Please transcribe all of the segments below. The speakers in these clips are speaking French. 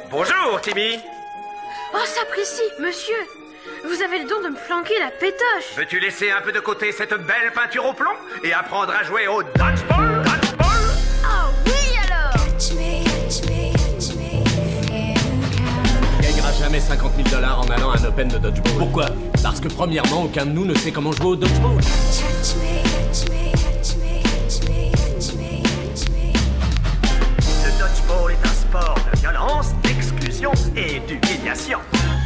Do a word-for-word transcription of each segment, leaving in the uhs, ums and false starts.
Bonjour, Timmy. Oh, sapristi, monsieur. Vous avez le don de me flanquer la pétoche. Veux-tu laisser un peu de côté cette belle peinture au plomb et apprendre à jouer au dodgeball? Dodgeball? Oh oui alors. Catch me, catch me, catch me. On gagnera jamais cinquante mille dollars en allant à un open de dodgeball. Pourquoi? Parce que premièrement, aucun de nous ne sait comment jouer au dodgeball. Catch me, catch me, catch me, catch me, catch me, catch me. Le dodgeball est un sport de violence, d'exclusion et d'humiliation.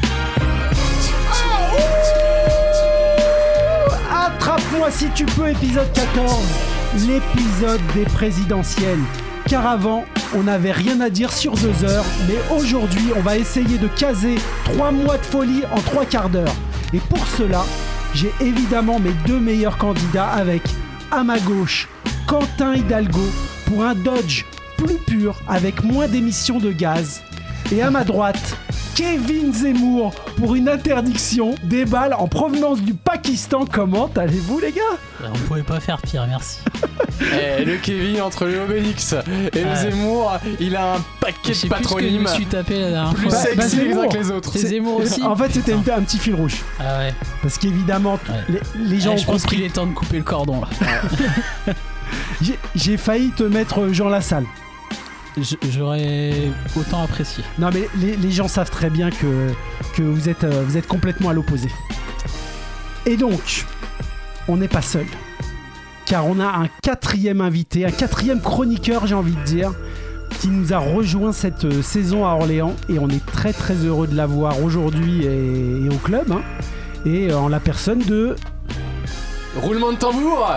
Attrape-moi si tu peux, épisode quatorze, l'épisode des présidentielles. Car avant, on n'avait rien à dire sur deux heures, mais aujourd'hui, on va essayer de caser trois mois de folie en trois quarts d'heure. Et pour cela, j'ai évidemment mes deux meilleurs candidats avec, à ma gauche, Quentin Hidalgo pour un Dodge plus pur avec moins d'émissions de gaz. Et à ma droite, Kevin Zemmour pour une interdiction des balles en provenance du Pakistan. Comment allez-vous, les gars? On pouvait pas faire pire, merci. Eh, le Kevin entre le Obélix et le Ouais. Zemmour, il a un paquet de patronymes. Je me suis tapé la dernière Plus fois. Bah, bah, sexy les uns Zemmour. que les autres. C'est Zemmour aussi. En fait, c'était Putain. un, un petit fil rouge. Ah ouais. Parce qu'évidemment, t- Ouais. les, les gens Eh, ont je pense compris. qu'il est temps de couper le cordon là. J'ai, j'ai failli te mettre Jean Lassalle. J- J'aurais autant apprécié. Non, mais les, les gens savent très bien que, que vous, êtes, euh, vous êtes complètement à l'opposé. Et donc, on n'est pas seul. Car on a un quatrième invité, un quatrième chroniqueur, j'ai envie de dire, qui nous a rejoint cette euh, saison à Orléans. Et on est très très heureux de l'avoir aujourd'hui et, et au club. Hein. Et euh, en la personne de... Roulement de tambour.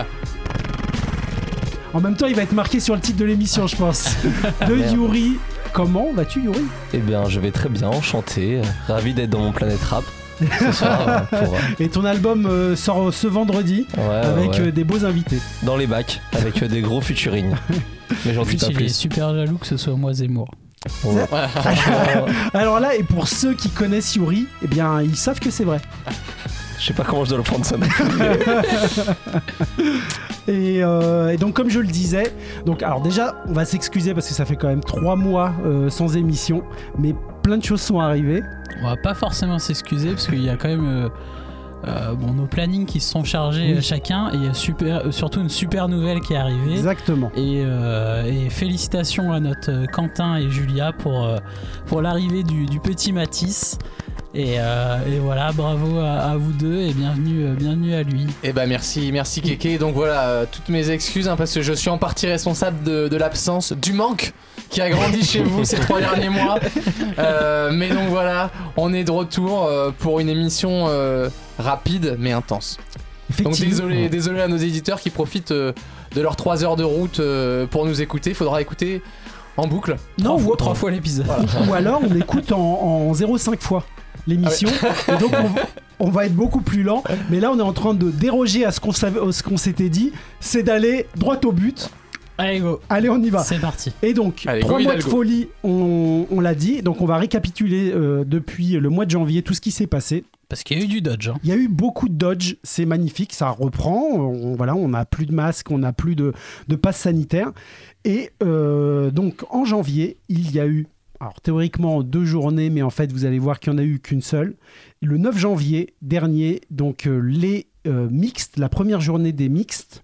En même temps, il va être marqué sur le titre de l'émission, je pense. De Merde. Yuri. Comment vas-tu, Yuri? Eh bien, je vais très bien, enchanté, ravi d'être dans mon Planète Rap ce soir pour, euh, Et ton album euh, sort ce vendredi ouais, avec ouais, euh, des beaux invités. dans les bacs avec euh, des gros featuring. Mais j'en En dis plus, pas il est plus. super jaloux que ce soit moi Zemmour. Ouais. Franchement, Alors là, et pour ceux qui connaissent Yuri, eh bien, ils savent que c'est vrai. je sais pas comment je dois le prendre ça. Et, euh, et donc, comme je le disais, donc, alors déjà, on va s'excuser parce que ça fait quand même trois mois euh, sans émission, mais plein de choses sont arrivées. On va pas forcément s'excuser parce qu'il y a quand même euh, euh, bon, nos plannings qui se sont chargés Oui. euh, chacun. Et il y a super, euh, surtout une super nouvelle qui est arrivée. Exactement. Et, euh, et félicitations à notre euh, Quentin et Julia pour, euh, pour l'arrivée du, du petit Matisse. Et, euh, et voilà, bravo à, à vous deux et bienvenue, euh, bienvenue à lui. Eh bah merci, merci Kéké. Donc voilà, euh, toutes mes excuses hein, parce que je suis en partie responsable de, de l'absence, du manque qui a grandi chez vous ces trois derniers mois. Euh, mais donc voilà, on est de retour euh, pour une émission euh, rapide mais intense. Donc Effectivement. désolé, désolé à nos éditeurs qui profitent euh, de leurs trois heures de route euh, pour nous écouter. Faudra écouter en boucle. Non, trois, ou, fois, trois fois l'épisode. ou alors on écoute en, en zéro virgule cinq fois l'émission. Et donc, on, va- on va être beaucoup plus lent. Mais là, on est en train de déroger à ce qu'on, savait, à ce qu'on s'était dit, c'est d'aller droit au but. Allez go, Allez, on y va. c'est parti. Et donc, Allez, trois go mois de Hidalgo. folie, on, on l'a dit. Donc, on va récapituler euh, depuis le mois de janvier tout ce qui s'est passé. Parce qu'il y a eu du dodge. Hein. Il y a eu beaucoup de dodge, c'est magnifique, ça reprend. On, voilà, on n'a plus de masques, on n'a plus de, de passe sanitaire. Et euh, donc, en janvier, il y a eu, alors théoriquement deux journées, mais en fait, vous allez voir qu'il n'y en a eu qu'une seule. Le neuf janvier dernier, donc euh, les euh, mixtes, la première journée des mixtes,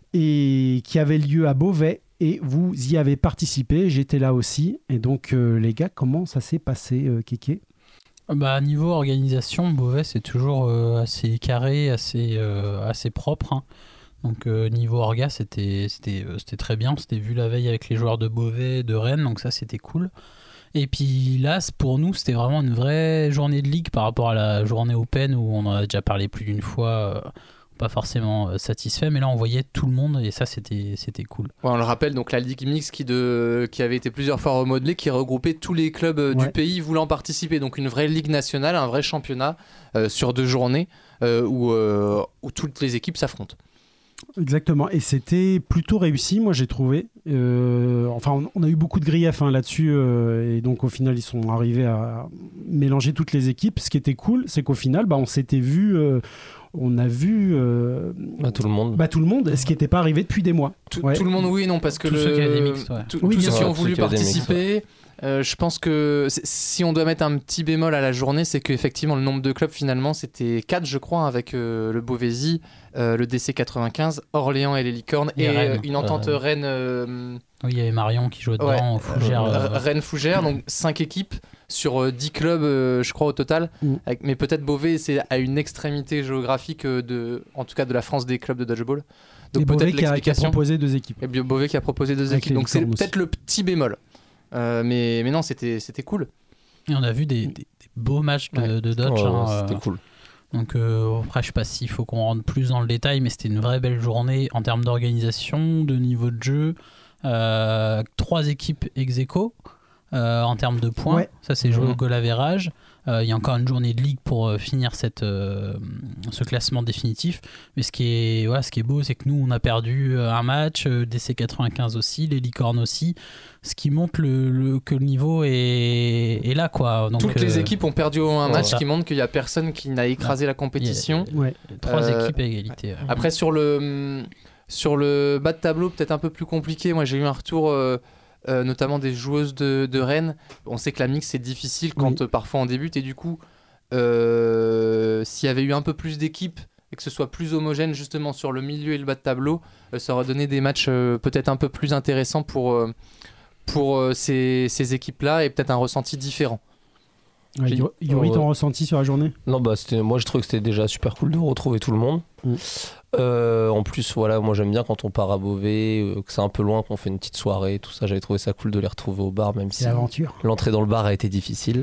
et qui avait lieu à Beauvais, et vous y avez participé, j'étais là aussi. Et donc, euh, les gars, comment ça s'est passé, euh, Kéké? Bah, niveau organisation, Beauvais c'est toujours euh, assez carré, assez, euh, assez propre. Hein. Donc euh, niveau orga, c'était, c'était, euh, c'était très bien. On s'était vu la veille avec les joueurs de Beauvais, de Rennes, donc ça c'était cool. Et puis là, c'est- pour nous, c'était vraiment une vraie journée de ligue par rapport à la journée Open où on en a déjà parlé plus d'une fois, euh, pas forcément euh, satisfait, mais là on voyait tout le monde et ça c'était, c'était cool. Ouais, on le rappelle, donc la Ligue Mix qui, de, qui avait été plusieurs fois remodelée, qui regroupait tous les clubs euh, Ouais. du pays voulant participer. Donc une vraie Ligue nationale, un vrai championnat euh, sur deux journées euh, où, euh, où toutes les équipes s'affrontent. Exactement, et c'était plutôt réussi, moi j'ai trouvé. Euh, enfin, on, on a eu beaucoup de griefs hein, là-dessus, euh, et donc au final, ils sont arrivés à mélanger toutes les équipes. Ce qui était cool, c'est qu'au final, bah, on s'était vu, euh, on a vu euh, Bah, tout le monde. bah, tout le monde, ce qui n'était pas arrivé depuis des mois. Tout, Ouais. tout le monde, oui, non, parce que Tous le- ceux qui avaient des mixtes, ouais. tout- Oui, tous bien ceux qui sûr. ont voulu Ceux qui avaient des mixtes, participer, Euh, je pense que c- si on doit mettre un petit bémol à la journée, c'est qu'effectivement le nombre de clubs finalement c'était quatre je crois avec euh, le Beauvaisis, euh, le D C quatre-vingt-quinze, Orléans et les Licornes Et et, Rennes. euh, une entente Euh. Rennes euh, Oui, il y avait Marion qui jouait dedans, Ouais. au Fougères. euh, euh, Rennes Fougères, donc cinq équipes sur euh, dix clubs euh, je crois au total. Mm. Avec- mais peut-être Beauvais c'est à une extrémité géographique euh, de en tout cas de la France des clubs de dodgeball. Donc Et Beauvais peut-être qui a, qui a l'explication. proposé deux équipes. Et bien Beauvais qui a proposé deux Avec équipes. les Donc c'est Licornes peut-être le petit bémol. Euh, mais, mais non, c'était, c'était cool. Et on a vu des, des- des beaux matchs de, Ouais. de dodge. Ouais, hein, ouais, c'était euh, cool. Donc euh, après, je sais pas s'il faut qu'on rentre plus dans le détail, mais c'était une vraie belle journée en termes d'organisation, de niveau de jeu. Euh, trois équipes ex aequo euh, en termes de points. Ouais. Ça, c'est joué Mhm. au goal average. Euh, Il y a encore une journée de ligue pour euh, finir cette, euh, ce classement définitif. Mais ce qui est, voilà, ce qui est beau, c'est que nous, on a perdu euh, un match, euh, D C quatre-vingt-quinze aussi, les Licornes aussi. Ce qui montre le, le- que le niveau est, est là, quoi. Donc, Toutes les euh, équipes ont perdu un ouais, match ça. qui montre qu'il n'y a personne qui n'a écrasé la compétition. Ouais. Trois Euh, équipes à égalité. ouais. Après, sur le, sur le bas de tableau, peut-être un peu plus compliqué. Moi, j'ai eu un retour, euh, euh, notamment des joueuses de, de Rennes. On sait que la mix, c'est difficile quand Oui. euh, parfois on débute. Et du coup, euh, s'il y avait eu un peu plus d'équipes et que ce soit plus homogène justement sur le milieu et le bas de tableau, euh, ça aurait donné des matchs euh, peut-être un peu plus intéressants pour, euh, pour euh, ces, ces équipes-là et peut-être un ressenti différent. Ouais, J'ai- Yo- Yuri, Ouais. ton ressenti sur la journée? Non, bah, c'était, moi je trouve que c'était déjà super cool de retrouver tout le monde. Mm. Euh, en plus, voilà, moi j'aime bien quand on part à Beauvais, euh, que c'est un peu loin, qu'on fait une petite soirée, tout ça. J'avais trouvé ça cool de les retrouver au bar, même si C'est l'aventure. l'entrée dans le bar a été difficile.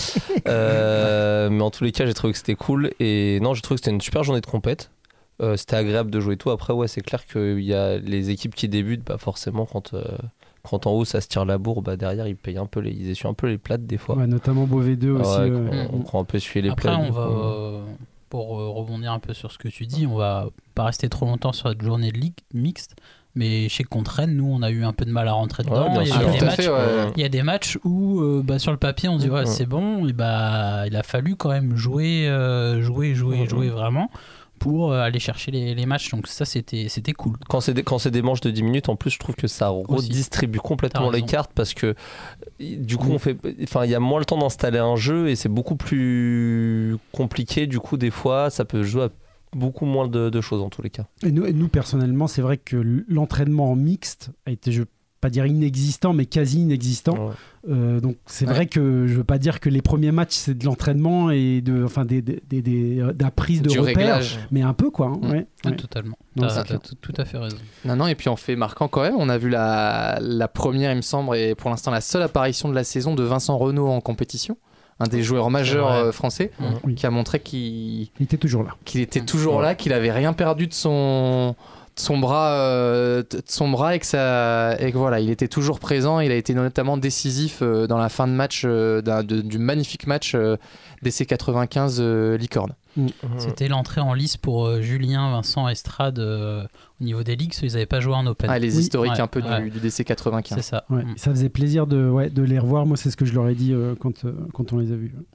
Euh, mais en tous les cas, j'ai trouvé que c'était cool. Et non, j'ai trouvé que c'était une super journée de compète. Euh, c'était agréable de jouer tout. Après, ouais, c'est clair qu'il y a les équipes qui débutent, bah forcément, quand, euh, quand en haut ça se tire la bourre, bah derrière ils payent un peu les, ils essuient un peu les plates des fois. Ouais, notamment Beauvais deux Ah aussi. ouais, euh, on, on prend un peu essuyer les Après, plats. on du va, coup. euh, pour euh, rebondir un peu sur ce que tu dis, on va pas rester trop longtemps sur cette journée de ligue mixte, mais je sais que contre Rennes, nous, on a eu un peu de mal à rentrer dedans. bien il, y a sûr. eu Ah, des tout à matchs, fait, ouais. il y a des matchs où, euh, bah, sur le papier, on dit ouais, Ouais. c'est bon, et bah, il a fallu quand même jouer, euh, jouer, jouer, Ouais. jouer vraiment pour euh, aller chercher les, les matchs. Donc ça, c'était, c'était cool. Quand c'est, des, quand c'est des manches de dix minutes, en plus, je trouve que ça redistribue complètement T'as les raison. cartes parce que du coup, Mm. on fait, enfin, il y a moins le temps d'installer un jeu et c'est beaucoup plus compliqué. Du coup, des fois, ça peut jouer à beaucoup moins de, de choses en tous les cas. Et nous, et nous, personnellement, c'est vrai que l'entraînement en mixte a été, je veux pas dire inexistant, mais quasi inexistant. Ouais. Euh, donc c'est Ouais. vrai que je veux pas dire que les premiers matchs c'est de l'entraînement et de, enfin des, des, des, des- de la prise de Du repères, réglage. mais un peu quoi. hein, Mm. ouais, Ouais, ouais. totalement. Non, T'as, c'est t'as clair. tout, tout à fait raison. Non, non, et puis on fait marquant quand même. On a vu la, la première, il me semble, et pour l'instant la seule apparition de la saison de Vincent Renaud en compétition, un des joueurs majeurs vrai. euh, français, Mm. Oui. qui a montré qu'il, Il était toujours là. qu'il était toujours là, qu'il avait rien perdu de son, de son bras, euh, de son bras et que ça, et que voilà, il était toujours présent. Il a été notamment décisif euh, dans la fin de match euh, d'un- de- du magnifique match euh, D C quatre-vingt-quinze euh, Licorne. C'était l'entrée en lice pour euh, Julien, Vincent, Estrade euh, au niveau des ligues, parce qu'ils n'avaient pas joué en Open. Ah, les Oui. historiques Ouais, un peu ouais. du, du D C quatre-vingt-quinze. C'est ça. Ouais. Mm. Ça faisait plaisir de, ouais, de les revoir. Moi, c'est ce que je leur ai dit euh, quand, euh, quand on les a vus.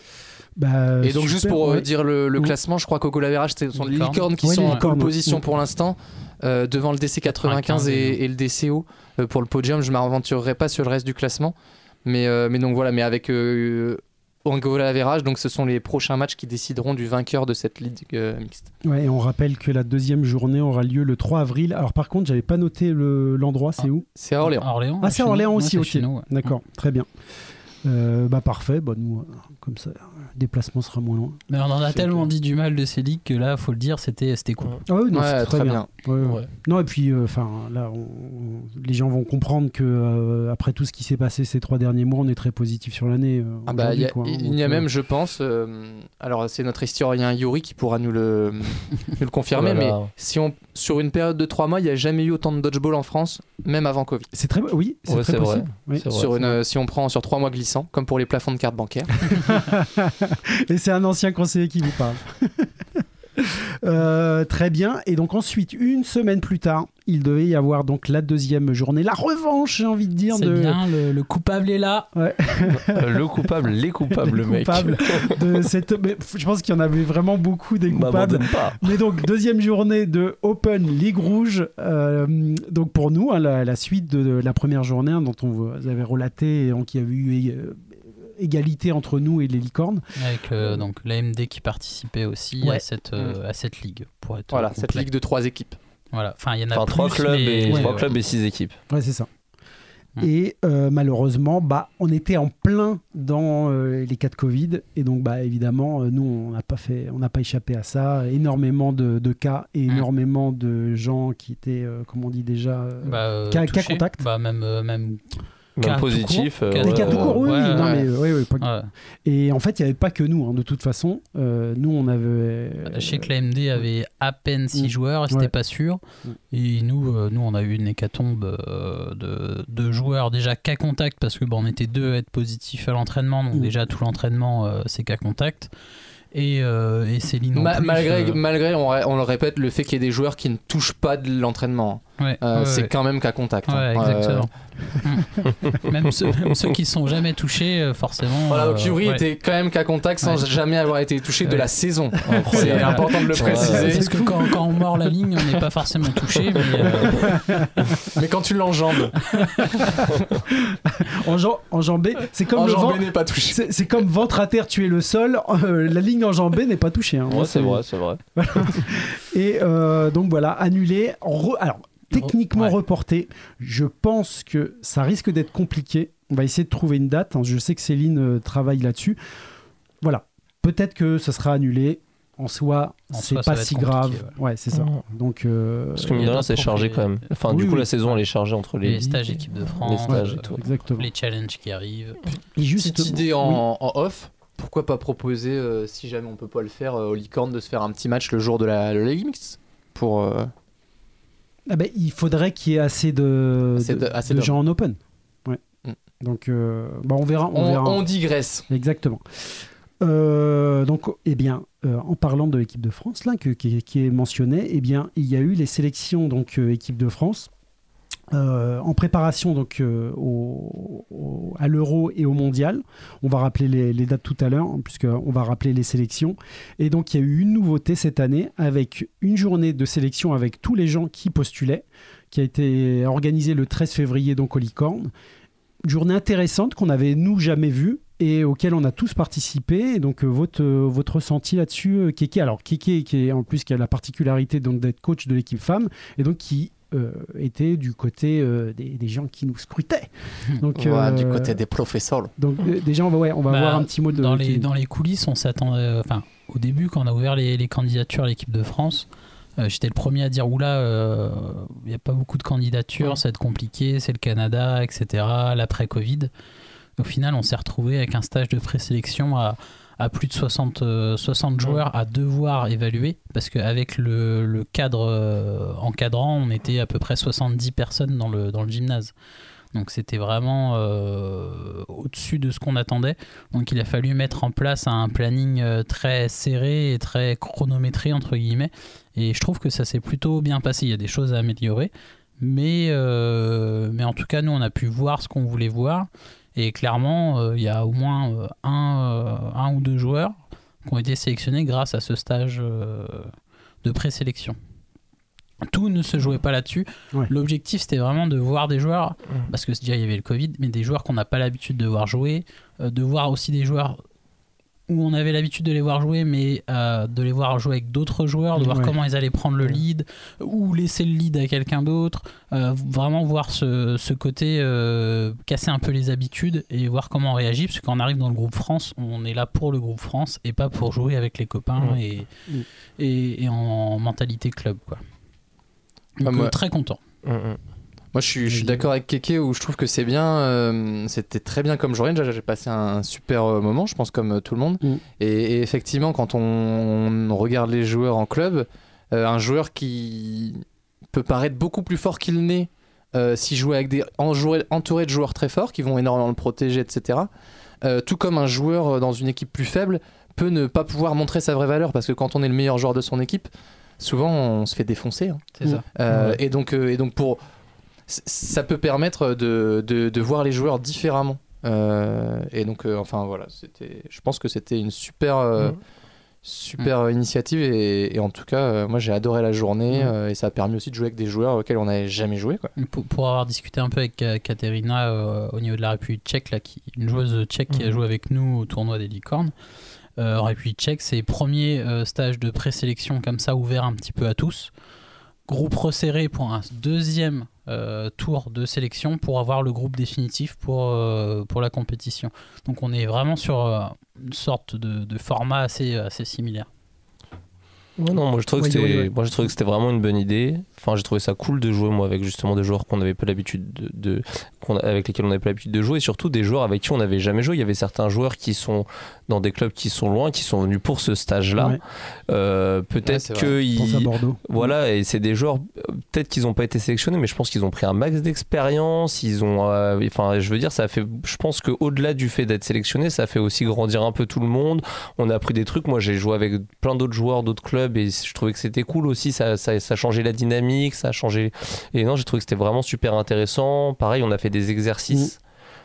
Bah, Et donc super, juste pour euh, ouais. dire le, le Mm. classement, je crois qu'au goal average, ce sont les Licorne. licornes qui Ouais, sont les en licornes, pole position ouais. pour l'instant, euh, devant le D C quatre-vingt-quinze quatre-vingt-quinze et, et le D C O. Euh, pour le podium, je ne m'aventurerai pas sur le reste du classement. Mais, euh, mais donc voilà, mais avec euh, en goal average, donc ce sont les prochains matchs qui décideront du vainqueur de cette ligue euh, mixte. Ouais, et on rappelle que la deuxième journée aura lieu le trois avril. Alors par contre, j'avais pas noté le- l'endroit, c'est Ah. où? C'est à Orléans. À Orléans. Ah, c'est chez à nous. Orléans Ouais, aussi, c'est ok. chez nous, ouais. D'accord, très bien. Euh, bah parfait, bah, nous, euh, comme ça, le déplacement sera moins loin. Mais on en a C'est tellement ok. dit du mal de ces ligues que là, faut le dire, c'était, c'était cool. Ah oui, non, Ouais, c'est très, très bien. Ouais, ouais. Ouais. Non, et puis, enfin, là, on- on- les gens vont comprendre que euh, après tout ce qui s'est passé ces trois derniers mois, on est très positif sur l'année. euh, Ah bah, il y a, aujourd'hui, quoi, il donc, y a euh, même, je pense, euh, alors c'est notre historien Yuri qui pourra nous le, nous le confirmer, Oh là mais là. si on, sur une période de trois mois, il n'y a jamais eu autant de dodgeball en France, même avant Covid. C'est très, oui, c'est Ouais, très c'est vrai. possible. Oui. C'est vrai. Sur une, si on prend sur trois mois glissants, comme pour les plafonds de cartes bancaires. Et c'est un ancien conseiller qui vous parle. Euh, très bien. Et donc ensuite, une semaine plus tard, il devait y avoir donc la deuxième journée, la revanche, j'ai envie de dire. C'est de... bien, le, le coupable est là. Ouais. Le coupable, les coupables, Les mec. coupables de cette... Mais je pense qu'il y en avait vraiment beaucoup des coupables. M'abandonne pas. Mais donc, deuxième journée de Open Ligue Rouge. Euh, donc, pour nous, hein, la, la suite de, de la première journée hein, dont on vous avait relaté, et donc il y a eu euh, égalité entre nous et les licornes. Avec euh, donc l'A M D qui participait aussi Ouais. à, cette, euh, à cette ligue. Pour être Voilà, complet. cette ligue de trois équipes. Voilà. Enfin, il y en a Enfin, plus, trois clubs, mais... et, Ouais, trois ouais. clubs et six équipes. Ouais, c'est ça. Mm. Et euh, malheureusement, bah, on était en plein dans euh, les cas de Covid. Et donc, bah, évidemment, euh, nous, on n'a pas, fait, on n'a pas échappé à ça. Énormément de, de cas et Mm. énormément de gens qui étaient, euh, comme on dit déjà, euh, Bah, euh, cas, cas touché. contact. Bah, même, euh, même Même Cas tout positif. court. euh, Cas- Les ouais, cas tout ouais. court, oui, ouais, oui, non, ouais. mais, oui, oui, pas- ouais. Et en fait, il n'y avait pas que nous, hein, de toute façon. Euh, nous, on avait. Je sais que la M D avait à peine six Mm. joueurs, et c'était Ouais. pas sûr. Mm. Et nous, euh, nous, on a eu une hécatombe euh, de, de joueurs déjà cas contact parce que bon, on était deux à être positifs à l'entraînement, donc Mm. déjà tout l'entraînement euh, c'est cas contact. Et, euh, et Céline en Ma- plus, malgré, euh, malgré on, ré- on le répète, le fait qu'il y ait des joueurs qui ne touchent pas de l'entraînement, ouais, euh, ouais, c'est ouais. quand même qu'à contact. hein. Ouais, Euh, exactement. Mm. même, ceux, même ceux qui sont jamais touchés, euh, forcément. Voilà, euh, donc Yuri ouais. était quand même qu'à contact sans Ouais. jamais avoir été touché de Ouais. la saison. C'est Incroyable. important de le Ouais, préciser. Parce que quand, quand on mord la ligne, on n'est pas forcément touché, mais euh, Mais quand tu l'enjambes, Enjam- enjambé, c'est comme le vent. enjambé n'est pas touché. C'est c'est comme ventre à terre, tuer le sol. euh, la ligne enjambée n'est pas touchée. hein. Ouais, c'est vrai, c'est vrai. Et euh, donc voilà, annulé. Re- Alors, techniquement Ouais. reporté. Je pense que ça risque d'être compliqué. On va essayer de trouver une date. hein. Je sais que Céline euh, travaille là-dessus. Voilà. Peut-être que ça sera annulé. En soi, En c'est soi, ça pas va être si compliqué, grave. ouais. Ouais, c'est ça. Mhm. Donc, euh, Parce que Il y mine a de rien, d'autres c'est chargé profils. quand même. Enfin, Oui, du coup, oui. la saison, elle est chargée entre les. les stages équipe de France, stages et euh, tout. exactement. les challenges qui arrivent. Et juste Petite idée en, en off, pourquoi pas proposer, euh, si jamais on peut pas le faire, euh, aux licornes de se faire un petit match le jour de la, de la Ligue Mixte pour, euh, Ah ben, il faudrait qu'il y ait assez de, Assez de, de- assez de d'hommes. gens en open. Ouais. Mm. Donc, euh, bah, on verra. On, on, verra. on digresse. Exactement. Euh, donc, eh bien, euh, en parlant de l'équipe de France, là, que- qui, qui est mentionnée, eh bien, il y a eu les sélections donc euh, équipe de France euh, en préparation donc euh, au, au- à l'Euro et au Mondial. On va rappeler les, les dates tout à l'heure, hein, puisqu'on va rappeler les sélections. Et donc, il y a eu une nouveauté cette année avec une journée de sélection avec tous les gens qui postulaient, qui a été organisée le treize février donc au Licorne. Journée intéressante qu'on n'avait nous jamais vue et auquel on a tous participé. Et donc euh, votre, euh, votre ressenti là-dessus, euh, Kéké. Alors Kéké qui est en plus qui a la particularité donc d'être coach de l'équipe femme et donc qui euh, était du côté euh, des, des gens qui nous scrutaient. Donc Ouais, euh, du côté des professeurs. donc euh, déjà on va ouais, on va Bah, voir un petit mot de dans les qui- dans les coulisses, on s'attendait. euh, Enfin, au début, quand on a ouvert les, les candidatures à l'équipe de France, euh, j'étais le premier à dire oula, il n'y a pas beaucoup de candidatures, Ouais. ça va être compliqué, c'est le Canada, et cetera. L'après Covid. Au final, on s'est retrouvé avec un stage de présélection à à plus de soixante, euh, soixante joueurs à devoir évaluer parce qu'avec le, le cadre euh, encadrant, on était à peu près soixante-dix personnes dans le, dans le gymnase. Donc c'était vraiment euh, au-dessus de ce qu'on attendait. Donc il a fallu mettre en place un planning euh, très serré et très chronométré entre guillemets. Et je trouve que ça s'est plutôt bien passé. Il y a des choses à améliorer. Mais, euh, mais en tout cas, nous, on a pu voir ce qu'on voulait voir. Et clairement, euh, il y a au moins euh, un, euh, un ou deux joueurs qui ont été sélectionnés grâce à ce stage euh, de présélection. Tout ne se jouait pas là-dessus. Ouais. L'objectif, c'était vraiment de voir des joueurs, parce que déjà il y avait le Covid, mais des joueurs qu'on n'a pas l'habitude de voir jouer, euh, de voir aussi des joueurs où on avait l'habitude de les voir jouer, mais euh, de les voir jouer avec d'autres joueurs, de voir Ouais. comment ils allaient prendre le lead, ou laisser le lead à quelqu'un d'autre, euh, vraiment voir ce, ce côté euh, casser un peu les habitudes et voir comment on réagit, parce que quand on arrive dans le groupe France, on est là pour le groupe France et pas pour jouer avec les copains Ouais. et, Mm. et, et en mentalité club, quoi. Donc, Ah, moi- euh, très content. Mm, mm. Moi, je suis, je suis d'accord avec Kéké où je trouve que c'est bien. euh, c'était très bien comme journée. Déjà, j'ai passé un super euh, moment, je pense, comme euh, tout le monde. Mm. Et, et effectivement, quand on, on regarde les joueurs en club, euh, un joueur qui peut paraître beaucoup plus fort qu'il n'est euh, s'il jouait avec des entouré, entouré de joueurs très forts qui vont énormément le protéger, et cetera. Euh, tout comme un joueur euh, dans une équipe plus faible peut ne pas pouvoir montrer sa vraie valeur parce que quand on est le meilleur joueur de son équipe, souvent on se fait défoncer. Hein. C'est ça. Euh, Ouais. et, donc, euh, et donc pour c- ça peut permettre de, de, de voir les joueurs différemment. Euh, et donc euh, enfin voilà, c'était, je pense que c'était une super euh, Mm. super euh, initiative et, et en tout cas euh, moi j'ai adoré la journée Mm. euh, et ça a permis aussi de jouer avec des joueurs auxquels on n'avait jamais joué quoi. Pour, pour avoir discuté un peu avec Ka- Katerina euh, au niveau de la République tchèque, là, qui, une joueuse tchèque qui a Mhm. joué avec nous au tournoi des licornes, euh, en République tchèque, c'est premier euh, stage de présélection comme ça, ouvert un petit peu à tous. Groupe resserré pour un deuxième euh, tour de sélection pour avoir le groupe définitif pour, euh, pour la compétition. Donc on est vraiment sur euh, une sorte de, de format assez, assez similaire. Ouais, non, moi je trouve que Oui, c'était, oui, oui. moi je trouvais que c'était vraiment une bonne idée. Enfin, j'ai trouvé ça cool de jouer moi avec justement des joueurs qu'on n'avait pas l'habitude de, de qu'on a- avec lesquels on n'avait pas l'habitude de jouer, et surtout des joueurs avec qui on n'avait jamais joué. Il y avait certains joueurs qui sont dans des clubs qui sont loin, qui sont venus pour ce stage-là. Ouais. Euh, Ouais, peut-être c'est vrai. que Pense à ils, Bordeaux. voilà, et c'est des joueurs, euh, peut-être qu'ils n'ont pas été sélectionnés, mais je pense qu'ils ont pris un max d'expérience. Ils ont, euh, enfin, je veux dire, ça a fait, je pense qu'au-delà du fait d'être sélectionné, ça a fait aussi grandir un peu tout le monde. On a appris des trucs. Moi, j'ai joué avec plein d'autres joueurs, d'autres clubs, et je trouvais que c'était cool aussi. Ça, ça, ça a changé la dynamique, ça a changé. Et non, j'ai trouvé que c'était vraiment super intéressant. Pareil, on a fait des exercices.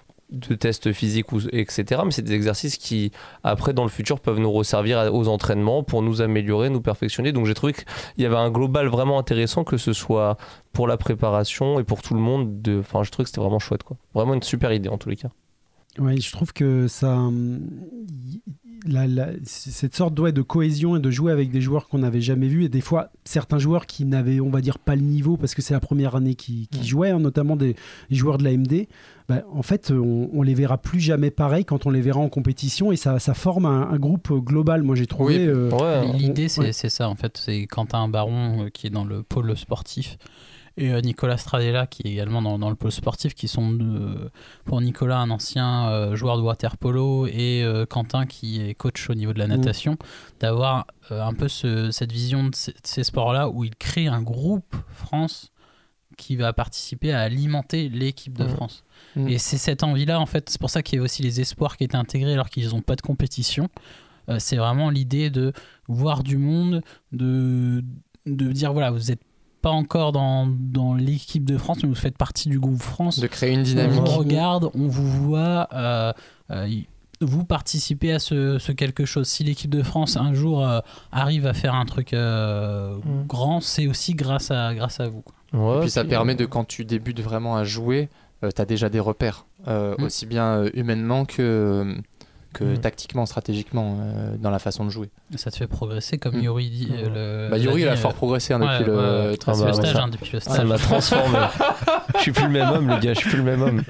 De tests physiques, ou, et cetera. Mais c'est des exercices qui, après, dans le futur, peuvent nous resservir à- aux entraînements pour nous améliorer, nous perfectionner. Donc j'ai trouvé qu'il y avait un global vraiment intéressant, que ce soit pour la préparation et pour tout le monde. De... Enfin, je trouve que c'était vraiment chouette, quoi. Vraiment une super idée en tous les cas. Oui, je trouve que ça, hum, y- la- la- c- cette sorte ouais, de cohésion et de jouer avec des joueurs qu'on n'avait jamais vus, et des fois certains joueurs qui n'avaient, on va dire, pas le niveau parce que c'est la première année qu'ils qu'ils Mm. jouaient, hein, notamment des, des joueurs de l'A M D. Bah, en fait, on, on les verra plus jamais pareil quand on les verra en compétition, et ça, ça forme un, un groupe global. Moi, j'ai trouvé. Oui. euh, Ouais, L'idée, c'est ouais. c'est ça, en fait. C'est Quentin Baron, euh, qui est dans le pôle sportif, et euh, Nicolas Stradella, qui est également dans, dans le pôle sportif, qui sont, euh, pour Nicolas, un ancien euh, joueur de water-polo, et euh, Quentin, qui est coach au niveau de la natation, d'avoir euh, un peu ce- cette vision de ces, de ces sports-là, où il crée un groupe France qui va participer à alimenter l'équipe de Mhm. France. Mhm. Et c'est cette envie-là, en fait, c'est pour ça qu'il y a aussi les espoirs qui étaient intégrés alors qu'ils n'ont pas de compétition. Euh, c'est vraiment l'idée de voir du monde, de, de dire, voilà, vous n'êtes pas encore dans, dans l'équipe de France, mais vous faites partie du groupe France. De créer une On dynamique. vous regarde, on vous voit, euh, euh, y- vous participez à ce, ce quelque chose. Si l'équipe de France un jour euh, arrive à faire un truc euh, Mm. grand, c'est aussi grâce à, grâce à vous, quoi. ouais, Et puis ça puis, permet euh, de, quand tu débutes vraiment à jouer, euh, tu as déjà des repères, euh, Mm. aussi bien euh, humainement que, que Mm. tactiquement, stratégiquement, euh, dans la façon de jouer. Ça te fait progresser, comme Mm. Yuri dit. euh, le- Bah, Yuri, il l'a a dit, fort euh, progressé hein, ouais, depuis ouais, le ouais. treize Ah bah, le ouais, stage, ça- hein, depuis le ça stage. m'a transformé. Je suis plus le même homme, les gars. Je suis plus le même homme.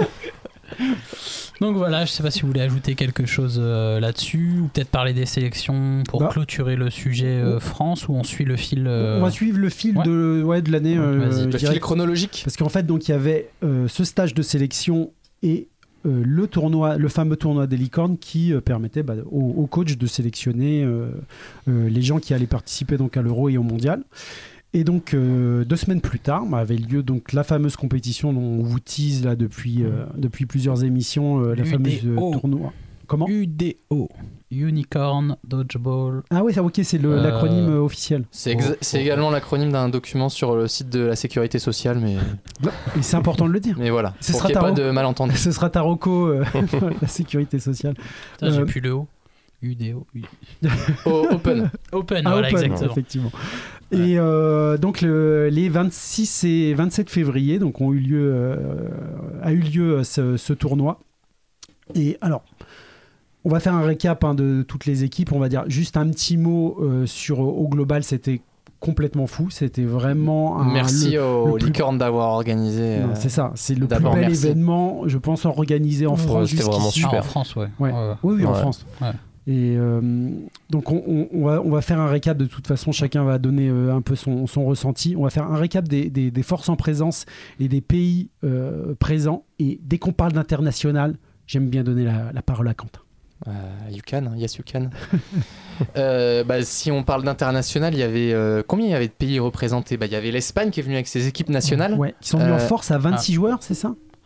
Donc voilà, je sais pas si vous voulez ajouter quelque chose euh, là-dessus, ou peut-être parler des sélections pour Bah. clôturer le sujet euh, France, où on suit le fil. euh, On va suivre le fil ouais. de, ouais, de l'année. euh, Vas-y. je Le dirais. fil chronologique. Parce qu'en fait, donc il y avait euh, ce stage de sélection et euh, le tournoi, le fameux tournoi des licornes qui euh, permettait bah, au, au coach de sélectionner euh, euh, les gens qui allaient participer donc à l'Euro et au Mondial. Et donc euh, deux semaines plus tard, bah, avait lieu donc la fameuse compétition dont on vous tease là depuis euh, depuis plusieurs émissions, euh, la U D fameuse euh, O. tournoi. Comment U D O, Unicorn Dodgeball. Ah oui, ça ok, c'est le- Euh, l'acronyme euh, officiel. C'est exa- Oh, c'est oh. également l'acronyme d'un document sur le site de la sécurité sociale, mais, Et c'est important de le dire. mais voilà, Ce pour sera qu'il n'y ait pas ta- de malentendu. Ce sera Taroko, euh, la sécurité sociale. Putain, j'ai Euh, plus le O. U D O. U- Au Open. Open, Ah, voilà, Open, exactement. effectivement. Et euh, donc le- les vingt-six et vingt-sept février, donc ont eu lieu, euh, a eu lieu euh, ce, ce tournoi. Et alors, on va faire un récap hein, de toutes les équipes. On va dire juste un petit mot euh, sur au global. C'était complètement fou. C'était vraiment un, Merci le- aux le plus- licornes d'avoir organisé. Non, euh, c'est ça. C'est le plus d'abord, bel merci. événement, je pense, organisé en Ouais, France c'était vraiment jusqu'ici. Ah, super. en France, ouais. Ouais. Ouais, ouais. Oui, oui, en Ouais. France. Ouais. Et euh, donc, on, on- on va, on va faire un récap. De toute façon, chacun va donner euh, un peu son, son ressenti. On va faire un récap des, des- des forces en présence et des pays euh, présents. Et dès qu'on parle d'international, j'aime bien donner la, la parole à Quentin. Euh, you can, hein, yes you can. Euh, bah, si on parle d'international, il y avait euh, combien il y avait de pays représentés bah, il y avait l'Espagne qui est venue avec ses équipes nationales. Ouais, ils sont venus en Euh, force à vingt-six joueurs, c'est ça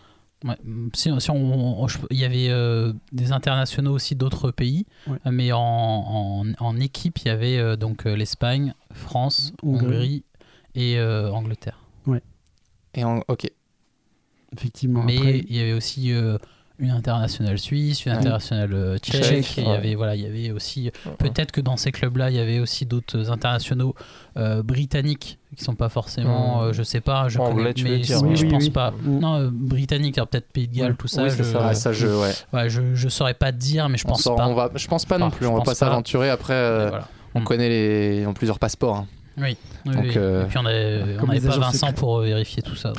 Ouais. Si, si on, on- je- il y avait euh, des internationaux aussi d'autres pays, Ouais. euh, mais en, en, en équipe, il y avait euh, donc euh, l'Espagne, France, Hongrie. Hongrie et euh, Angleterre. Et en... ok. Effectivement. Mais Après, il y avait aussi euh, une internationale suisse, une Ouais. internationale euh, tchèque. Tchèque, et il y ouais. avait voilà, il y avait aussi peut-être que dans ces clubs-là, il y avait aussi d'autres internationaux euh, britanniques qui sont pas forcément, Mmh. euh, je sais pas, je Anglais, connais, tu veux mais dire, mais ouais. je Oui, pense oui, pas. oui. Non, euh, britannique, alors peut-être Pays de Galles, Ouais. tout ça. Oui, je, c'est ça. Ah, ça, je, ouais. ouais, je, je saurais pas te dire, mais je On pense s'en- pas. on va... Je pense pas non Enfin, plus. je On va pense pas pas. s'aventurer. Après, euh, Mais voilà. on Mm. connaît les. Ils ont plusieurs passeports. hein. Oui. Oui, Donc, oui. euh, Et puis on avait- on Comme n'avait les pas agents Vincent secrets. pour euh, vérifier tout ça.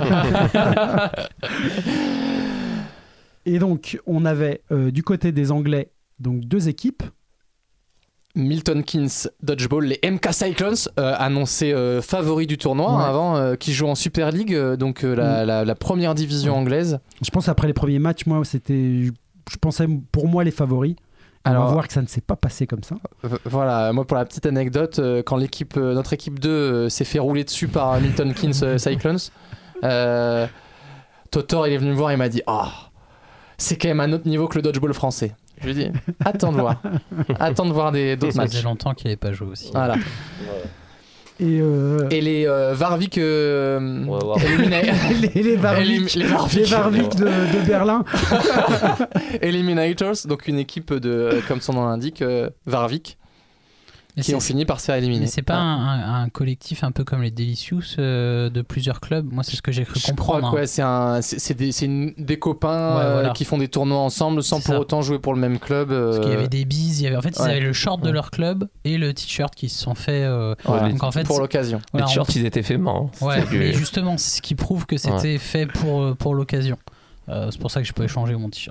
et donc, on avait euh, du côté des Anglais donc deux équipes. Milton Keynes Dodgeball, les M K Cyclones, euh, annoncés euh, favoris du tournoi Ouais. hein, avant, euh, qui jouent en Super League, euh, donc euh, la, Mm. la- la première division Ouais. anglaise. Je pense après les premiers matchs, moi, c'était, je, je pensais pour moi les favoris. On Alors, va voir que ça ne s'est pas passé comme ça. v- voilà, moi pour la petite anecdote, euh, quand l'équipe, euh, notre équipe deux euh, s'est fait rouler dessus par euh, Milton Keynes euh, Cyclones, euh, Totor il est venu me voir et il m'a dit ah, c'est quand même un autre niveau que le dodgeball français. Je lui ai dit attends de voir, attends de voir des, d'autres Ça faisait matchs. longtemps qu'il n'avait pas joué aussi. Voilà. Et, euh, Et les euh, Varvik euh, On va voir. Elimina- les, les Varvik, Elim- les Varvik. les Varvik de, de Berlin. Eliminators, donc une équipe de, euh, comme son nom l'indique, euh, Varvik, Mais qui c'est- ont fini par se faire éliminer. Mais c'est pas Ah. un, un- un collectif un peu comme les Delicious euh, de plusieurs clubs. Moi, c'est ce que j'ai cru Je crois comprendre. que hein. ouais, c'est un, c'est, c'est des, c'est une- des copains Ouais, euh, voilà. qui font des tournois ensemble sans C'est pour ça. autant jouer pour le même club. euh, Parce qu'il y avait des bises, il y avait en fait ils ouais. avaient le short de Ouais. leur club et le t-shirt qui se sont fait. euh, voilà, donc en fait, pour l'occasion. voilà, Les on- t-shirts, ils étaient faits main. hein. Ouais, C'était du- mais justement, c'est ce qui prouve que c'était fait pour, euh, pour l'occasion. Euh, c'est pour ça que j'ai pas échangé mon t-shirt.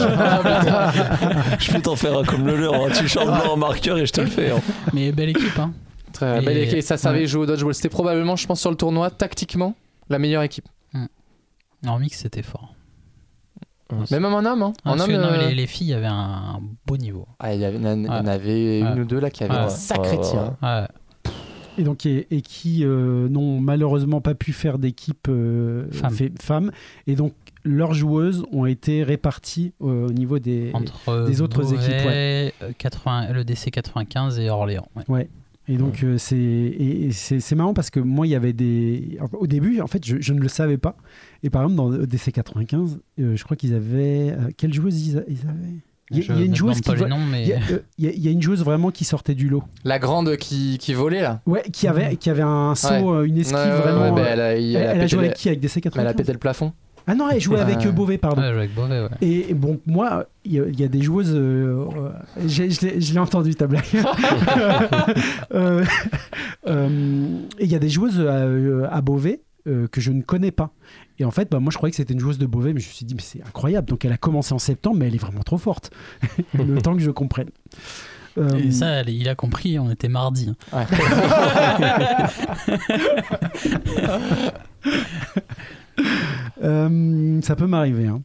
Je peux t'en faire un comme le leur, un t-shirt blanc en marqueur et je te le fais. hein. Mais belle équipe, hein. Très Et- belle équipe. Et ça savait ouais. jouer au dodgeball. C'était probablement, je pense, sur le tournoi, tactiquement, la meilleure équipe. En mix, c'était fort. Mais même en homme. Hein. Ah, En parce homme, que, non, mais euh, les, les filles avaient un beau niveau. ah, il y avait, il y en Ouais. avait Ouais. une ou deux là qui avaient Ouais. un sacré Ouais, ouais, tir. ouais. Ouais. Et donc et, et qui euh, n'ont malheureusement pas pu faire d'équipe euh, Femmes. fait- femmes. Et donc leurs joueuses ont été réparties euh, au niveau des. Entre euh, des autres Beauvais, équipes, ouais. euh, quatre-vingts, le D C quatre-vingt-quinze et Orléans. ouais. Et donc euh, c'est et, et c'est c'est marrant parce que moi il y avait des au début en fait je, je ne le savais pas. Et par exemple dans le D C quatre-vingt-quinze, euh, je crois qu'ils avaient euh, quelle joueuse ils, a- ils avaient. Il y, a- Je il y a une ne joueuse demande qui pas les vo- noms, mais il y a, euh, il y a- il y a une joueuse vraiment qui sortait du lot. La grande qui, qui volait là. Ouais, qui avait qui avait un saut, Ouais. euh, une esquive Ouais, ouais, vraiment. ouais, bah, euh, elle a, elle elle, a elle a pété joué le- avec qui avec D C elle a quatre-vingt-quinze. pété le plafond. Ah non, elle jouait avec Ouais. euh, Beauvais, pardon. ouais, je joue avec Beauvais, ouais. Et bon, moi, il y, a- il y a des joueuses. euh, euh, j'ai- je l'ai- je l'ai entendu ta blague. Euh, euh, et il y a des joueuses à, à Beauvais euh, que je ne connais pas. Et en fait, bah, moi, je croyais que c'était une joueuse de Beauvais, mais je me suis dit, mais c'est incroyable. Donc, elle a commencé en septembre, mais elle est vraiment trop forte. Le temps que je comprenne. Euh, Et ça, elle- il a compris, on était mardi. hein. euh, ça peut m'arriver. Hein.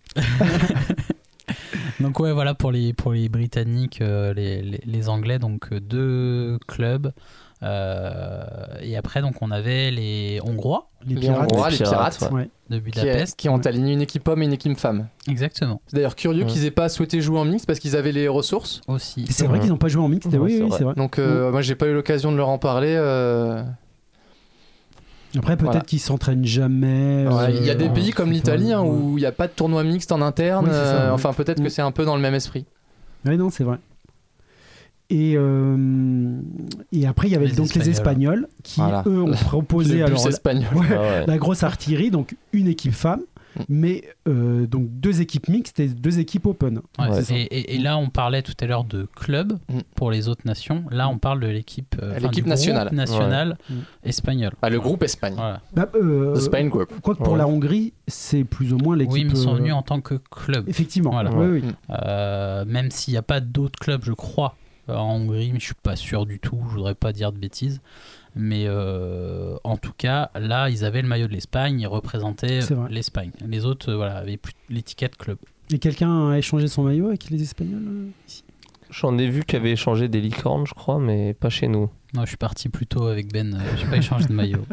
Donc ouais, voilà pour les, pour les Britanniques, euh, les, les, les Anglais, donc euh, deux clubs. Euh, et après, donc on avait les Hongrois Les Les pirates. Hongrois, Les les pirates, pirates, Ouais. de qui, Budapest. qui ont aligné une équipe homme et une équipe femme. Exactement, C'est d'ailleurs curieux Ouais. qu'ils aient pas souhaité jouer en mix parce qu'ils avaient les ressources. aussi. Et c'est vrai Ouais. qu'ils n'ont pas joué en mixte. Ouais, oui, c'est oui, vrai. c'est vrai. Donc euh, moi j'ai pas eu l'occasion de leur en parler. euh, Après, peut-être Voilà. qu'ils s'entraînent jamais. ouais, Il y a euh, des pays comme je sais l'Italie pas. hein, où il n'y a pas de tournoi mixte en interne. Oui, c'est ça, euh, ouais. Enfin peut-être Mm. que c'est un peu dans le même esprit. Oui, non, c'est vrai. Et, euh, et après, il y avait Les donc les Espagnols. Espagnols qui, Voilà. eux, ont proposé Les bus alors, la, espagnols. ouais, Ah ouais. la grosse artillerie, donc une équipe femme, Mm. mais euh, donc deux équipes mixtes et deux équipes open. Ouais, Ouais. c'est- et, et- et là, on parlait tout à l'heure de club Mm. pour les autres nations. Là, on parle de l'équipe, euh, enfin, L'équipe du groupe nationale. national Ouais. espagnol. Ah, le groupe Espagne. Voilà. Bah, euh, The Spain Group. Quoique pour Ouais. la Hongrie, c'est plus ou moins l'équipe. Oui, mais ils sont euh, venus en tant que club. Effectivement. Voilà. Oui, oui. Mm. Euh, même s'il n'y a pas d'autres clubs, je crois, euh, en Hongrie, mais je suis pas sûr du tout. Je voudrais pas dire de bêtises. Mais euh, en tout cas, là, ils avaient le maillot de l'Espagne, ils représentaient C'est vrai. l'Espagne. Les autres, euh, voilà, avaient plus l'étiquette club. Et quelqu'un a échangé son maillot avec les Espagnols euh, ici J'en ai vu qui avaient échangé des licornes, je crois, mais pas chez nous. Non, je suis parti plutôt avec Ben. euh, J'ai pas échangé de maillot.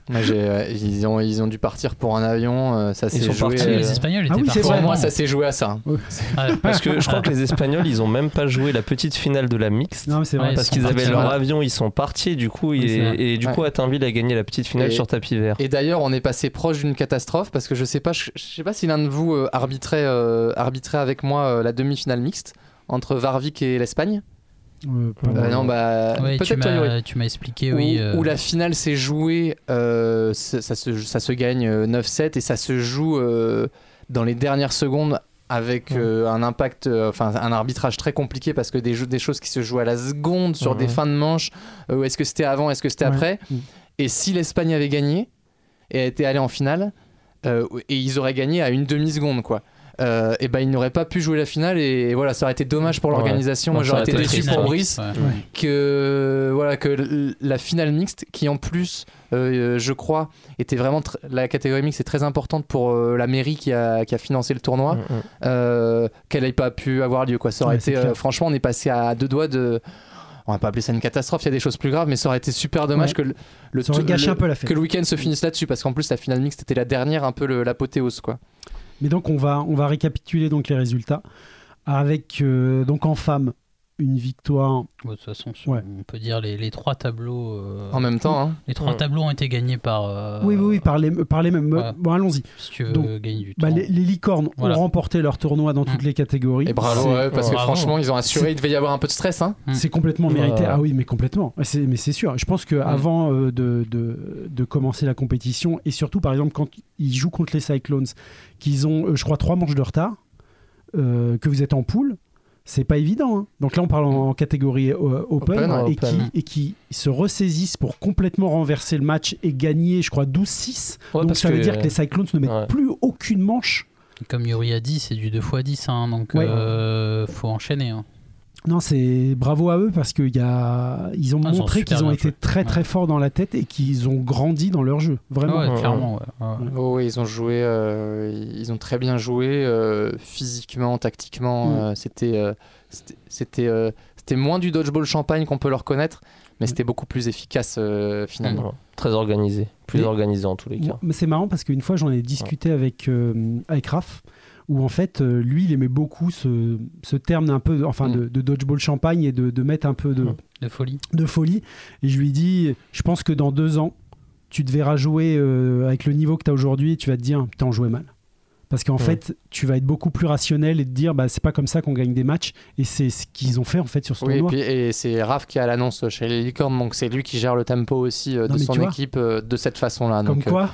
Moi, j'ai, euh, ils, ont, ils ont dû partir pour un avion. euh, ça Ils s'est sont joué. partis, Ah, euh, les Espagnols étaient Ah oui, c'est partis. vrai. Pour moi, avant. ça s'est joué à ça. Ouais. Parce que je crois que les Espagnols, ils ont même pas joué la petite finale de la mixte. Non, mais c'est vrai. Ouais, Parce ils sont qu'ils avaient partis, leur voilà. avion, ils sont partis et du coup, Oui, il- c'est vrai. et du coup, Ouais. Attainville a gagné la petite finale Et- sur tapis vert. Et d'ailleurs, on est passé proche d'une catastrophe parce que je sais pas, je, je sais pas si l'un de vous euh, arbitrait, euh, arbitrait avec moi euh, la demi-finale mixte entre Warwick et l'Espagne. Euh, pas Euh, mal. non, bah Ouais, tu peut-être toi, Yuri. m'as, tu m'as expliqué, Où, oui. euh, où la finale s'est jouée, euh, ça, ça se, ça se gagne euh, neuf sept et ça se joue euh, dans les dernières secondes avec euh, un impact, euh, enfin un arbitrage très compliqué parce que des, jeux- des choses qui se jouent à la seconde sur Mhm. des fins de manche. Euh, est-ce que c'était avant, est-ce que c'était Ouais. après Mhm. Et si l'Espagne avait gagné et était allée en finale, euh, et ils auraient gagné à une demi-seconde, quoi. Euh, et ben ils n'auraient pas pu jouer la finale et voilà, ça aurait été dommage pour Ouais. l'organisation. Moi Ouais, j'aurais ça été aurait été déçu triste, pour hein. Brice Ouais. Ouais. que voilà que l- la finale mixte qui en plus euh, je crois était vraiment tr- la catégorie mixte est très importante pour euh, la mairie qui a, qui a financé le tournoi, Mm, mm. euh, qu'elle n'ait pas pu avoir lieu, quoi. Ça aurait Ouais, c'est été euh, clair. franchement on est passé à deux doigts de, on va pas appeler ça une catastrophe, il y a des choses plus graves, mais ça aurait été super dommage Ouais. que le, le Ça aurait tou- gâché le- un peu la fête. que le week-end se finisse là-dessus, parce qu'en plus la finale mixte était la dernière, un peu le- l'apothéose, quoi. Mais donc on va, on va récapituler donc les résultats avec euh, donc en femmes une victoire. Bon, de toute façon, sur- Ouais. on peut dire les, les trois tableaux. euh, En même temps, hein. Les trois Ouais. tableaux ont été gagnés par. euh, oui, oui, oui, par les, par les mêmes. Ouais. Bon, allons-y. Si tu veux Donc, gagner du Bah, temps. les, les licornes Voilà. ont remporté leur tournoi dans Mm. toutes les catégories. Et bravo, C'est- ouais, parce que Bravo. franchement ils ont assuré, C'est- il devait y avoir un peu de stress, hein. Mm. C'est complètement mérité. Ouais. Ah oui, mais complètement. C'est, mais c'est sûr. Je pense qu'avant de, de, de commencer la compétition, et surtout par exemple quand ils jouent contre les Cyclones, qu'ils ont, euh, je crois, trois manches de retard, euh, que vous êtes en poule, c'est pas évident. Hein. Donc là, on parle en, en catégorie euh, open, Open, ouais, et, open. Qui, et qui se ressaisissent pour complètement renverser le match et gagner, je crois, douze six. Ouais, Donc parce ça veut que- dire que les Cyclones ne mettent Ouais. plus aucune manche. Comme Yuri a dit, c'est du deux fois dix, hein, donc Ouais. euh, faut enchaîner. Hein. Non, c'est bravo à eux parce qu'ils ont Ah, ils ont montré super qu'ils ont bien été joué. très très Ouais. forts dans la tête et qu'ils ont grandi dans leur jeu. Vraiment. Ouais, Ouais. clairement. Ouais. Ouais. Oh, oui, ils ont joué, euh, ils ont très bien joué, euh, physiquement, tactiquement. Mm. euh, c'était, euh, c'était, c'était, euh, c'était moins du dodgeball champagne qu'on peut leur connaître, mais c'était beaucoup plus efficace euh, finalement. Ouais. Très organisé. Plus Mais- organisé en tous les cas. Moi, mais c'est marrant parce qu'une fois j'en ai discuté avec, euh, avec Raph, où en fait euh, lui il aimait beaucoup ce, ce terme un peu, enfin, Mm. de, de dodgeball champagne et de, de mettre un peu de, Mm. De folie. de folie. Et je lui ai dit, je pense que dans deux ans, tu te verras jouer euh, avec le niveau que tu as aujourd'hui et tu vas te dire, putain, on jouait mal. Parce qu'en Ouais. fait, tu vas être beaucoup plus rationnel et te dire, bah, c'est pas comme ça qu'on gagne des matchs. Et c'est ce qu'ils ont fait en fait sur ce Oui, et, tournoi. puis, et c'est Raph qui a l'annonce chez les Licornes, donc c'est lui qui gère le tempo aussi euh, Non, de mais son tu vois. équipe euh, de cette façon-là. Comme donc, euh, quoi.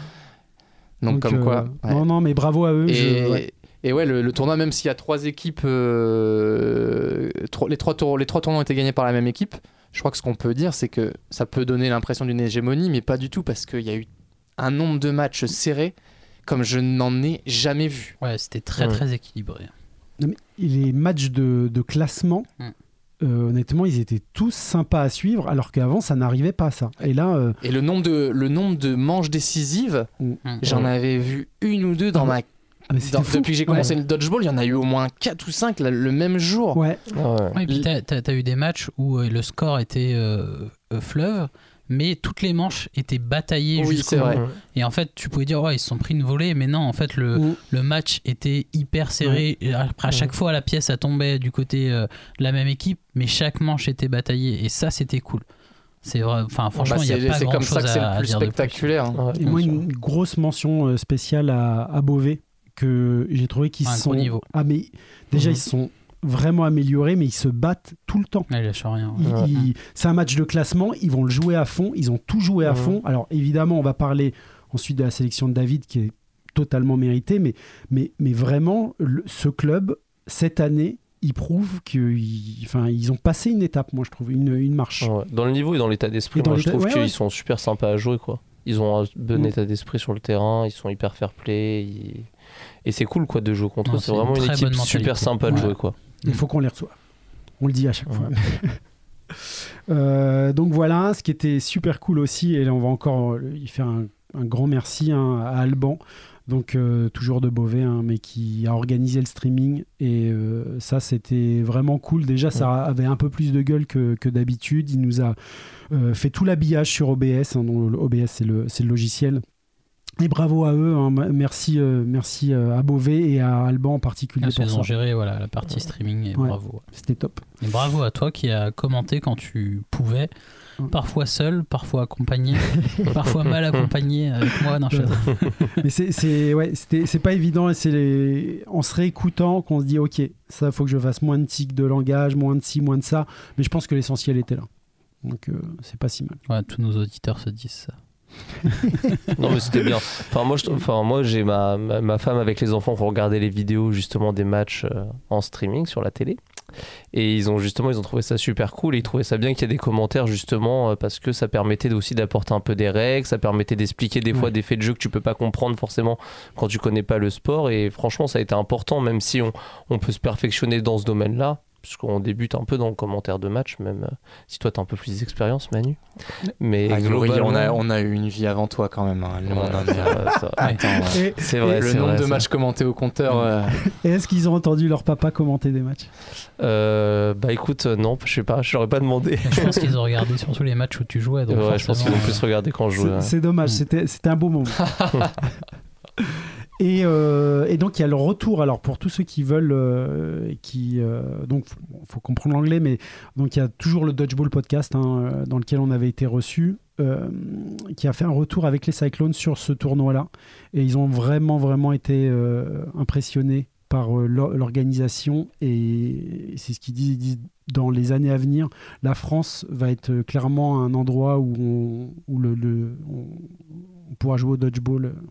donc, comme euh, quoi. ouais. Non, non, mais bravo à eux. Et, je- ouais. et ouais, le, le tournoi, même s'il y a trois équipes, euh, tro- les, trois tour- les trois tournois ont été gagnés par la même équipe, je crois que ce qu'on peut dire, c'est que ça peut donner l'impression d'une hégémonie, mais pas du tout, parce qu'il y a eu un nombre de matchs serrés comme je n'en ai jamais vu. Ouais, c'était très Ouais. très équilibré. Non, mais les matchs de, de classement, Mm. euh, honnêtement, ils étaient tous sympas à suivre, alors qu'avant, ça n'arrivait pas, ça. Et là, euh, Et le nombre de, le nombre de manches décisives, Mm. Mm. j'en Ouais. avais vu une ou deux dans Ah, ma... ah, mais c'était dans- fou. depuis que j'ai commencé Ouais. le dodgeball, il y en a eu au moins quatre ou cinq là, le même jour. Ouais. Ah ouais. Ouais, et puis t'as, t'as- t'as eu des matchs où euh, le score était euh, euh, fleuve, mais toutes les manches étaient bataillées Oui, jusqu'au c'est vrai. bout. Et en fait, tu pouvais dire, ouais, ils se sont pris une volée, mais non, en fait, le, Mm. le match était hyper serré. Et après, à chaque fois, la pièce, ça tombait du côté euh, de la même équipe, mais chaque manche était bataillée. Et ça, c'était cool. C'est vrai, enfin, franchement, Bah, il n'y a c'est pas c'est grand comme chose ça que c'est à, le à plus dire de plus. spectaculaire. hein. Ouais, Et bien moi, sûr. une grosse mention euh, spéciale à, à Beauvais, que j'ai trouvé qu'ils Un sont. gros niveau. Ah, mais déjà, Mhm. ils se sont vraiment améliorés, mais ils se battent tout le temps. Ouais, il lâche rien. Ils- Ouais. ils- c'est un match de classement, ils vont le jouer à fond, ils ont tout joué à Mhm. fond. Alors évidemment, on va parler ensuite de la sélection de David qui est totalement méritée, mais, mais, mais vraiment, le- ce club, cette année, il prouve qu'ils enfin, ils ont passé une étape, moi je trouve, une, une marche. Ouais. Dans le niveau et dans l'état d'esprit, Et dans moi je l'état- trouve ouais, qu'ils ouais. sont super sympas à jouer, quoi. Ils ont un bon Mm. état d'esprit sur le terrain, ils sont hyper fair play. ils- Et c'est cool, quoi, de jouer contre Non, eux. c'est C'est vraiment une une très équipe bonne super mentalité. sympa de Ouais. jouer, quoi. Il faut qu'on les reçoive. On le dit à chaque Ouais. fois. Euh, donc voilà, ce qui était super cool aussi, et là on va encore euh, y faire un, un grand merci hein, à Alban donc euh, toujours de Beauvais, hein, mais qui a organisé le streaming. Et euh, ça, c'était vraiment cool. Déjà, ça avait un peu plus de gueule que, que d'habitude. Il nous a euh, fait tout l'habillage sur O B S. Hein, donc O B S, c'est le, c'est le logiciel. Et bravo à eux, hein. merci, euh, merci euh, à Beauvais et à Alban en particulier. Ah, pour ils ça. ont géré voilà, la partie streaming et Ouais, bravo. C'était top. Et bravo à toi qui a commenté quand tu pouvais, Ouais. parfois seul, parfois accompagné, parfois mal accompagné avec moi. Non, je... Mais c'est, c'est, ouais, c'était, c'est pas évident et c'est les... en se réécoutant qu'on se dit ok, ça faut que je fasse moins de tics de langage, moins de ci, moins de ça. Mais je pense que l'essentiel était là. Donc euh, c'est pas si mal. Ouais, tous nos auditeurs se disent ça. Non mais c'était bien. Enfin moi, je, enfin, moi j'ai ma, ma, ma femme avec les enfants qui ont regardé les vidéos justement des matchs euh, en streaming sur la télé. Et ils ont justement ils ont trouvé ça super cool et ils trouvaient ça bien qu'il y ait des commentaires justement euh, parce que ça permettait aussi d'apporter un peu des règles, ça permettait d'expliquer des fois Ouais. des faits de jeu que tu peux pas comprendre forcément quand tu connais pas le sport. Et franchement ça a été important, même si on, on peut se perfectionner dans ce domaine-là. Puisqu'on débute un peu dans le commentaire de match, même euh, si toi t'as un peu plus d'expérience, Manu. Mais Ah, Glory, globalement, on a, on a eu une vie avant toi quand même. Hein. Nous, on en est, euh, ça- ça- Attends, ouais. Et, c'est vrai, le c'est nombre vrai, de ça. matchs commentés au compteur. euh, et est-ce qu'ils ont entendu leur papa commenter des matchs? Euh, bah écoute, euh, non, je sais pas, je l'aurais pas demandé. Mais je pense qu'ils ont regardé surtout les matchs où tu jouais. Donc Ouais, je pense qu'ils ont forcément, plus regardé quand je C'est, jouais. ouais. c'est dommage, Mm. c'était, c'était un beau moment. Et, euh, et donc il y a le retour. Alors pour tous ceux qui veulent, euh, et qui euh, donc bon, faut comprendre l'anglais, mais donc il y a toujours le Dodgeball podcast hein, euh, dans lequel on avait été reçu, euh, qui a fait un retour avec les Cyclones sur ce tournoi-là, et ils ont vraiment vraiment été euh, impressionnés par euh, l'or- l'organisation et c'est ce qu'ils disent, ils disent dans les années à venir, la France va être euh, clairement un endroit où on, où le, le- on, on pourra jouer au Dodgeball. euh,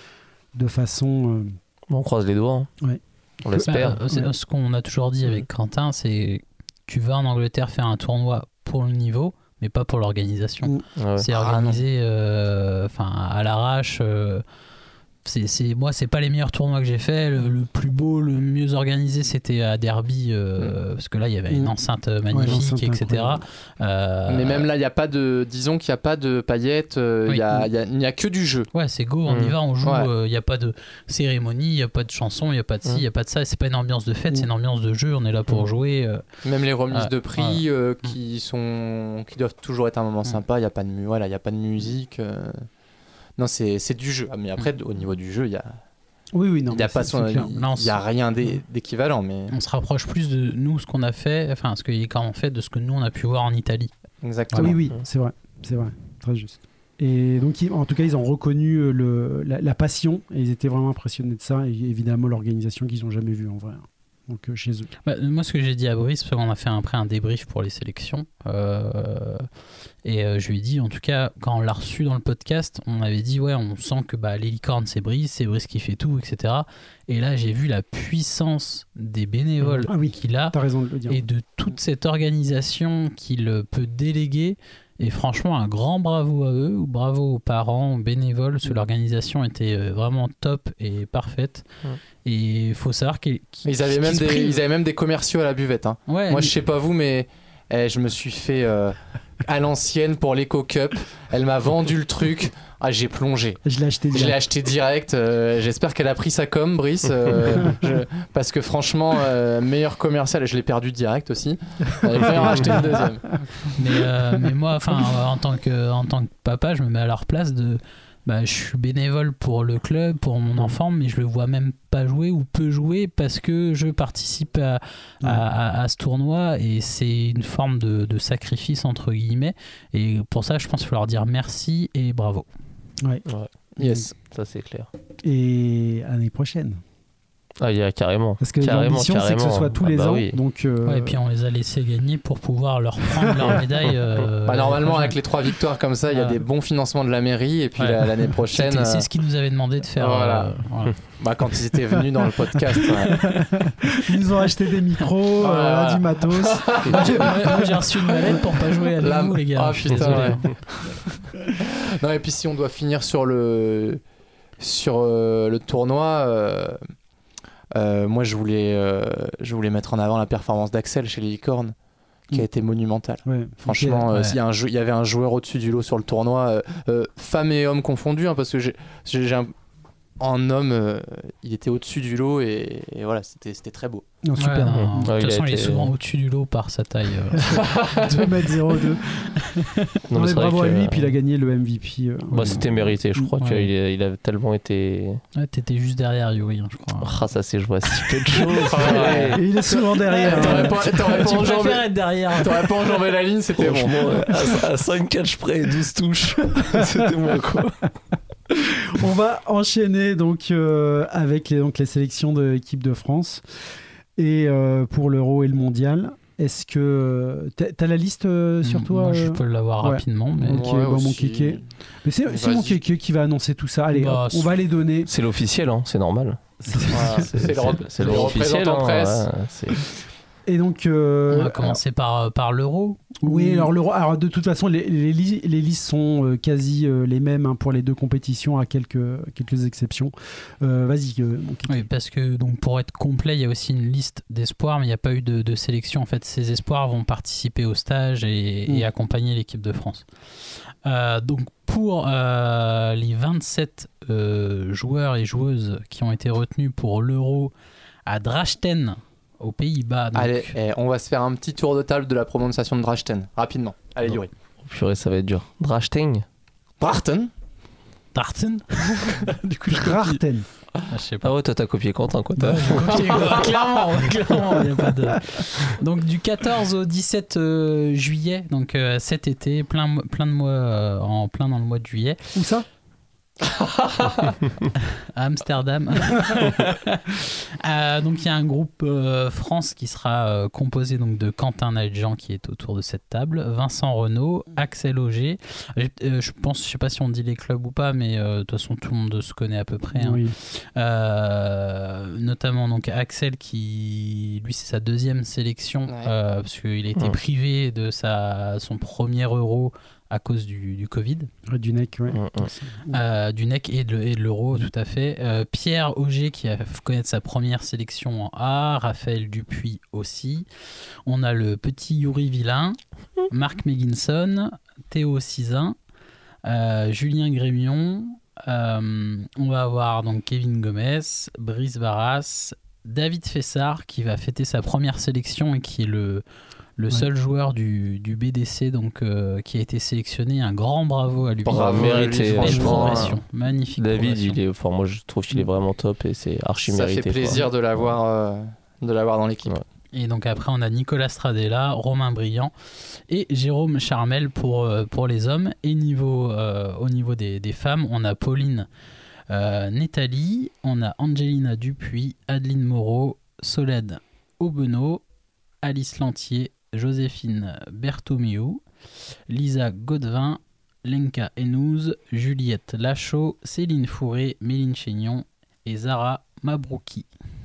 de façon euh, Bon, on croise les doigts. hein. Ouais. On l'espère. Bah, c'est- Ouais. Ce qu'on a toujours dit avec Quentin, c'est tu vas en Angleterre faire un tournoi pour le niveau, mais pas pour l'organisation. Mm. Ouais. C'est Ah, organisé euh, enfin à l'arrache. euh, c'est, c'est, moi, c'est pas les meilleurs tournois que j'ai fait. Le, le plus beau, le mieux organisé, c'était à Derby, euh, parce que là, il y avait une Mm. enceinte magnifique, l'enceinte et cetera. incroyable. Euh, Mais même là, il n'y a pas de. Disons qu'il n'y a pas de paillettes, euh, il Oui. y a- il y a- il n'y a que du jeu. Ouais, c'est go, on y Mm. va, on joue. Il Ouais. n'y a pas de cérémonie, il n'y a pas de chanson, il n'y a pas de ci, il Mm. n'y a pas de ça. C'est pas une ambiance de fête, Mm. c'est une ambiance de jeu. On est là pour Mm. jouer. euh, Même les remises Ouais, de prix euh, qui, sont, qui doivent toujours être un moment sympa, il n'y a, pas de mu- voilà, il y a pas de musique. euh. Non, c'est c'est du jeu. Ah, mais après, au niveau du jeu, il n'y a, Oui, oui, non. il y a, mais pas c'est- son- c'est clair. il- Non, il y a rien d'é- d'équivalent. Mais... on se rapproche plus de nous, ce qu'on a fait, enfin, ce que les camps ont fait, de ce que nous, on a pu voir en Italie. Exactement. Oui, oui, c'est vrai, c'est vrai, très juste. Et donc, ils- en tout cas, ils ont reconnu euh, le, la, la passion et ils étaient vraiment impressionnés de ça et évidemment l'organisation qu'ils n'ont jamais vue en vrai. Donc, euh, chez eux. Bah, moi, ce que j'ai dit à Brice, parce qu'on a fait après un débrief pour les sélections, euh, et euh, je lui ai dit, en tout cas, quand on l'a reçu dans le podcast, on avait dit, ouais, on sent que bah, les licornes, c'est Brice, c'est Brice qui fait tout, et cetera. Et là, j'ai vu la puissance des bénévoles Ah oui. qu'il a T'as raison de le dire. et de toute cette organisation qu'il peut déléguer. Et franchement, un grand bravo à eux, ou bravo aux parents, aux bénévoles, parce que l'organisation était euh, vraiment top et parfaite. Ouais. Et il faut savoir qu'ils Ils avaient, même qu'ils se des, privent. ils avaient même des commerciaux à la buvette. Hein. Ouais, Moi, mais- je sais pas vous, mais eh, je me suis fait euh, à l'ancienne pour l'Eco Cup. Elle m'a vendu le truc. Ah, j'ai plongé. Je l'ai acheté Je l'ai direct. acheté direct. euh, J'espère qu'elle a pris sa com, Brice. euh, je- parce que franchement, euh, meilleur commercial, je l'ai perdu direct aussi. Euh, Il va en racheter une deuxième. Mais, euh, mais moi, enfin, en tant que en tant que papa, je me mets à leur place de. Bah, je suis bénévole pour le club, pour mon enfant, mais je le vois même pas jouer ou peu jouer parce que je participe à, à, à- à ce tournoi et c'est une forme de, de sacrifice entre guillemets. Et pour ça, je pense qu'il faut leur dire merci et bravo. Ouais. Ouais, Yes. ça c'est clair. Et à l'année prochaine. Ah, il y a carrément. Parce que Carrément, l'ambition, c'est que ce carrément. soit tous Ah les bah ans. oui. Donc, euh, Ouais, et puis on les a laissés gagner pour pouvoir leur prendre leur médaille. euh, Bah, normalement, l'année avec les trois victoires comme ça, il y a Ouais. des bons financements de la mairie. Et puis Ouais. la- l'année prochaine. prochaine, C'était- euh, C'est ce qu'ils nous avaient demandé de faire. Voilà. euh, voilà. bah, quand ils étaient venus dans le podcast. ouais. ils nous ont acheté des micros, Ouais, euh, voilà. du matos. Moi, j'ai- moi, j'ai reçu une mallette pour pas jouer avec Là- vous, les gars. Ah, Je suis putain, désolé. ouais. Non, et puis si on doit finir sur le, sur, euh, le tournoi, euh, euh, moi je voulais, euh, je voulais mettre en avant la performance d'Axel chez les Licornes, qui a Mm. été monumentale. Ouais. Franchement, Ok, euh, ouais. s'il y a un jeu- il y avait un joueur au-dessus du lot sur le tournoi, euh, euh, femmes et hommes confondus, hein, parce que j'ai, j'ai- j'ai un- en homme, euh, il était au-dessus du lot et, et voilà, c'était, c'était très beau. Non, super. Ouais, non, de Ouais, toute il a façon, il est été- souvent au-dessus du lot par sa taille. euh. deux mètres zéro deux. Non, mais Ouais, c'est vrai bravo que, à lui, euh, puis il a gagné le M V P. euh, bah, c'était mérité, je crois Ouais. qu'il a, il a tellement été. Ouais, t'étais juste derrière Yuri, hein, je crois. Ah, ça c'est, je vois si peu de choses. Et il est souvent derrière. T'aurais hein. pas, t'aurais pas Tu enjambé, préfères être derrière. t'aurais pas enjambé la ligne, c'était bon. Franchement, ouais, à, à cinq catchs près et douze touches, c'était moi quoi. On va enchaîner donc euh, avec les, donc, les sélections de l'équipe de France et euh, pour l'Euro et le Mondial. Est-ce que t'as, t'as la liste euh, sur toi Moi, je euh peux l'avoir ouais. rapidement, mais Ok, Ouais, bon, mon aussi. kéké. Mais c'est, c'est Vas-y. mon kéké qui va annoncer tout ça. Allez, Bah, hop, on va les donner. C'est l'officiel, hein, c'est normal. Voilà, c'est, le, rep- c'est le l'officiel. représentant Hein, presse. ouais, c'est... Et donc, euh, on va commencer par, par l'Euro. oui, Ou- alors, l'Euro- alors de toute façon, les, les, li- les listes sont euh, quasi euh, les mêmes hein, pour les deux compétitions, à quelques, quelques exceptions. Euh, vas-y, euh, mon kéké. Oui, parce que donc, pour être complet, il y a aussi une liste d'espoirs, mais il n'y a pas eu de, de sélection. En fait, ces espoirs vont participer au stage et, Mm. et accompagner l'équipe de France. Euh, donc, pour euh, les vingt-sept euh, joueurs et joueuses qui ont été retenus pour l'Euro à Drachten, aux Pays-Bas. donc- Allez, eh, on va se faire un petit tour de table de la prononciation de Drachten, rapidement. Allez, Non. Yuri. Oh, purée, ça va être dur. Drachten. Drachten. Drachten Du coup, je copie. Drachten. Ah, je sais pas. Ah ouais, toi t'as copié Quentin quoi. T'as... Ouais, j'ai copié, quoi. clairement, clairement, y a pas de... Donc du quatorze au dix-sept euh, juillet, donc euh, cet été, plein, plein de mois, euh, en plein dans le mois de juillet, Où ça? à Amsterdam. Euh, donc il y a un groupe euh, France qui sera euh, composé donc de Quentin Naidjean qui est autour de cette table, Vincent Renaud, Axel Auger. J'ai- euh, je pense, je sais pas si on dit les clubs ou pas, mais euh, de toute façon tout le monde se connaît à peu près. hein. Oui. Euh, notamment donc Axel qui lui c'est sa deuxième sélection Ouais. euh, parce qu'il a été Ouais. privé de sa, son premier Euro à cause du, du Covid, Du Nec, ouais. Mm, mm. euh, du N E C et de, et de l'Euro tout à fait. Euh, Pierre Auger qui a f- connaître sa première sélection en A, Raphaël Dupuis aussi. On a le petit Yuri Villain, Marc Megginson, Théo Sizin, euh, Julien Grémion. Euh, on va avoir donc Kevin Gomez, Brice Barras, David Fessard qui va fêter sa première sélection et qui est le, le Ouais. seul joueur du, du B D C donc, euh, qui a été sélectionné. Un grand bravo à lui. Bravo, Bravo à lui, mérité, Belle franchement. progression, magnifique David, progression. il est, enfin moi je trouve qu'il est vraiment top et c'est archi Ça mérité. fait plaisir de l'avoir, euh, de l'avoir dans l'équipe. Ouais. Et donc après on a Nicolas Stradella, Romain Briand et Jérôme Charmel pour, euh, pour les hommes. Et niveau, euh, au niveau des, des femmes, on a Pauline euh, Netali, on a Angelina Dupuis, Adeline Moreau, Solède Aubeneau, Alice Lantier, Joséphine Berthomeu, Lisa Godevin, Lenka Henouz, Juliette Lachaud, Céline Fourré, Méline Chénion et Zara Mabrouki.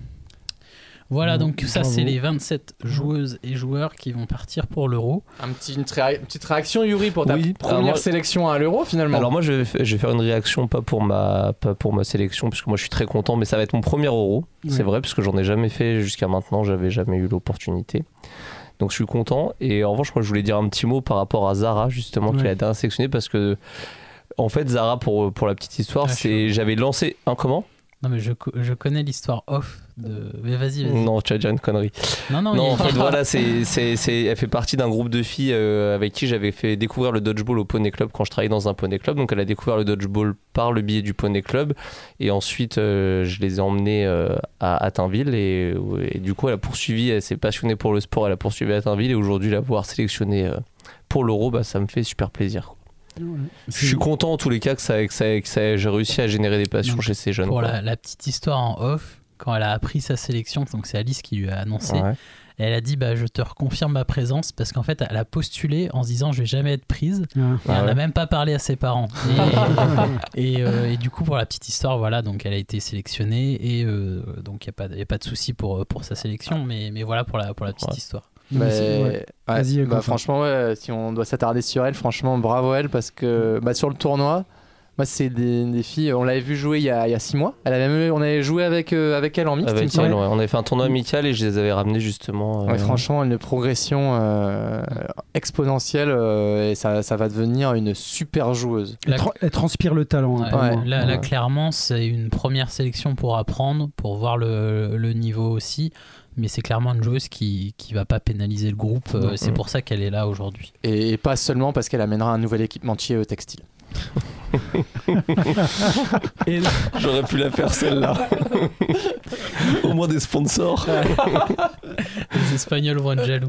Voilà, donc ça Bravo. c'est les vingt-sept joueuses et joueurs qui vont partir pour l'Euro. Un petit, une, tré- une petite réaction, Yuri, pour ta Oui, première alors moi- sélection à l'Euro finalement. Alors moi je vais, fa- je vais faire une réaction pas pour ma pas pour ma sélection puisque moi je suis très content mais ça va être mon premier Euro. Ouais. C'est vrai parce que j'en ai jamais fait jusqu'à maintenant, j'avais jamais eu l'opportunité. Donc je suis content et en revanche moi je voulais dire un petit mot par rapport à Zara justement qui Ouais. a été sélectionnée parce que en fait Zara pour pour la petite histoire, Ah, c'est j'avais lancé un comment Non mais je, co- je connais l'histoire off de... Mais vas-y, vas-y. Non, tu vas dire une connerie. Non, non, Non, il- en fait, voilà, c'est, c'est, c'est, elle fait partie d'un groupe de filles euh, avec qui j'avais fait découvrir le dodgeball au Poney Club quand je travaillais dans un Poney Club. Donc, elle a découvert le dodgeball par le biais du Poney Club. Et ensuite, euh, je les ai emmenées euh, à Attinville. Et, et du coup, elle a poursuivi, elle s'est passionnée pour le sport, elle a poursuivi à Attinville. Et aujourd'hui, la voir sélectionnée euh, pour l'Euro, bah, ça me fait super plaisir. Je suis content en tous les cas que, ça, que, ça, que ça, j'ai réussi à générer des passions Non, chez ces jeunes. Pour quoi. la, la petite histoire en off, quand elle a appris sa sélection, donc c'est Alice qui lui a annoncé, Ouais. et elle a dit bah, je te reconfirme ma présence parce qu'en fait elle a postulé en se disant je vais jamais être prise Ah. et Ah elle n'a ouais. même pas parlé à ses parents. Et, et, euh, et du coup pour la petite histoire, voilà, donc elle a été sélectionnée et euh, donc il n'y a, pas de- y a pas de souci pour, pour sa sélection, mais, mais voilà pour la, pour la petite Ouais. histoire. Non, mais Mais- c'est- ouais. ouais, Vas-y, bah, Quentin. franchement, ouais, si on doit s'attarder sur elle, franchement, bravo à elle parce que bah, sur le tournoi, Moi, c'est des, des filles. On l'avait vu jouer il y a, il y a six mois. Elle avait même, on avait joué avec, euh, avec elle en mixte. Avec elle, ouais. On avait fait un tournoi amical et je les avais ramenées justement. Euh... Ouais, franchement, une progression euh, exponentielle euh, et ça, ça va devenir une super joueuse. Elle, tra- elle transpire le talent. Ouais, hein, ouais. Là, là, Ouais. clairement, c'est une première sélection pour apprendre, pour voir le, le niveau aussi. Mais c'est clairement une joueuse qui qui va pas pénaliser le groupe. Euh, Mmh. c'est pour ça qu'elle est là aujourd'hui. Et, et pas seulement parce qu'elle amènera un nouvel équipementier euh, textile. Et J'aurais pu la faire celle-là. Au moins des sponsors. les Espagnols vont être jaloux.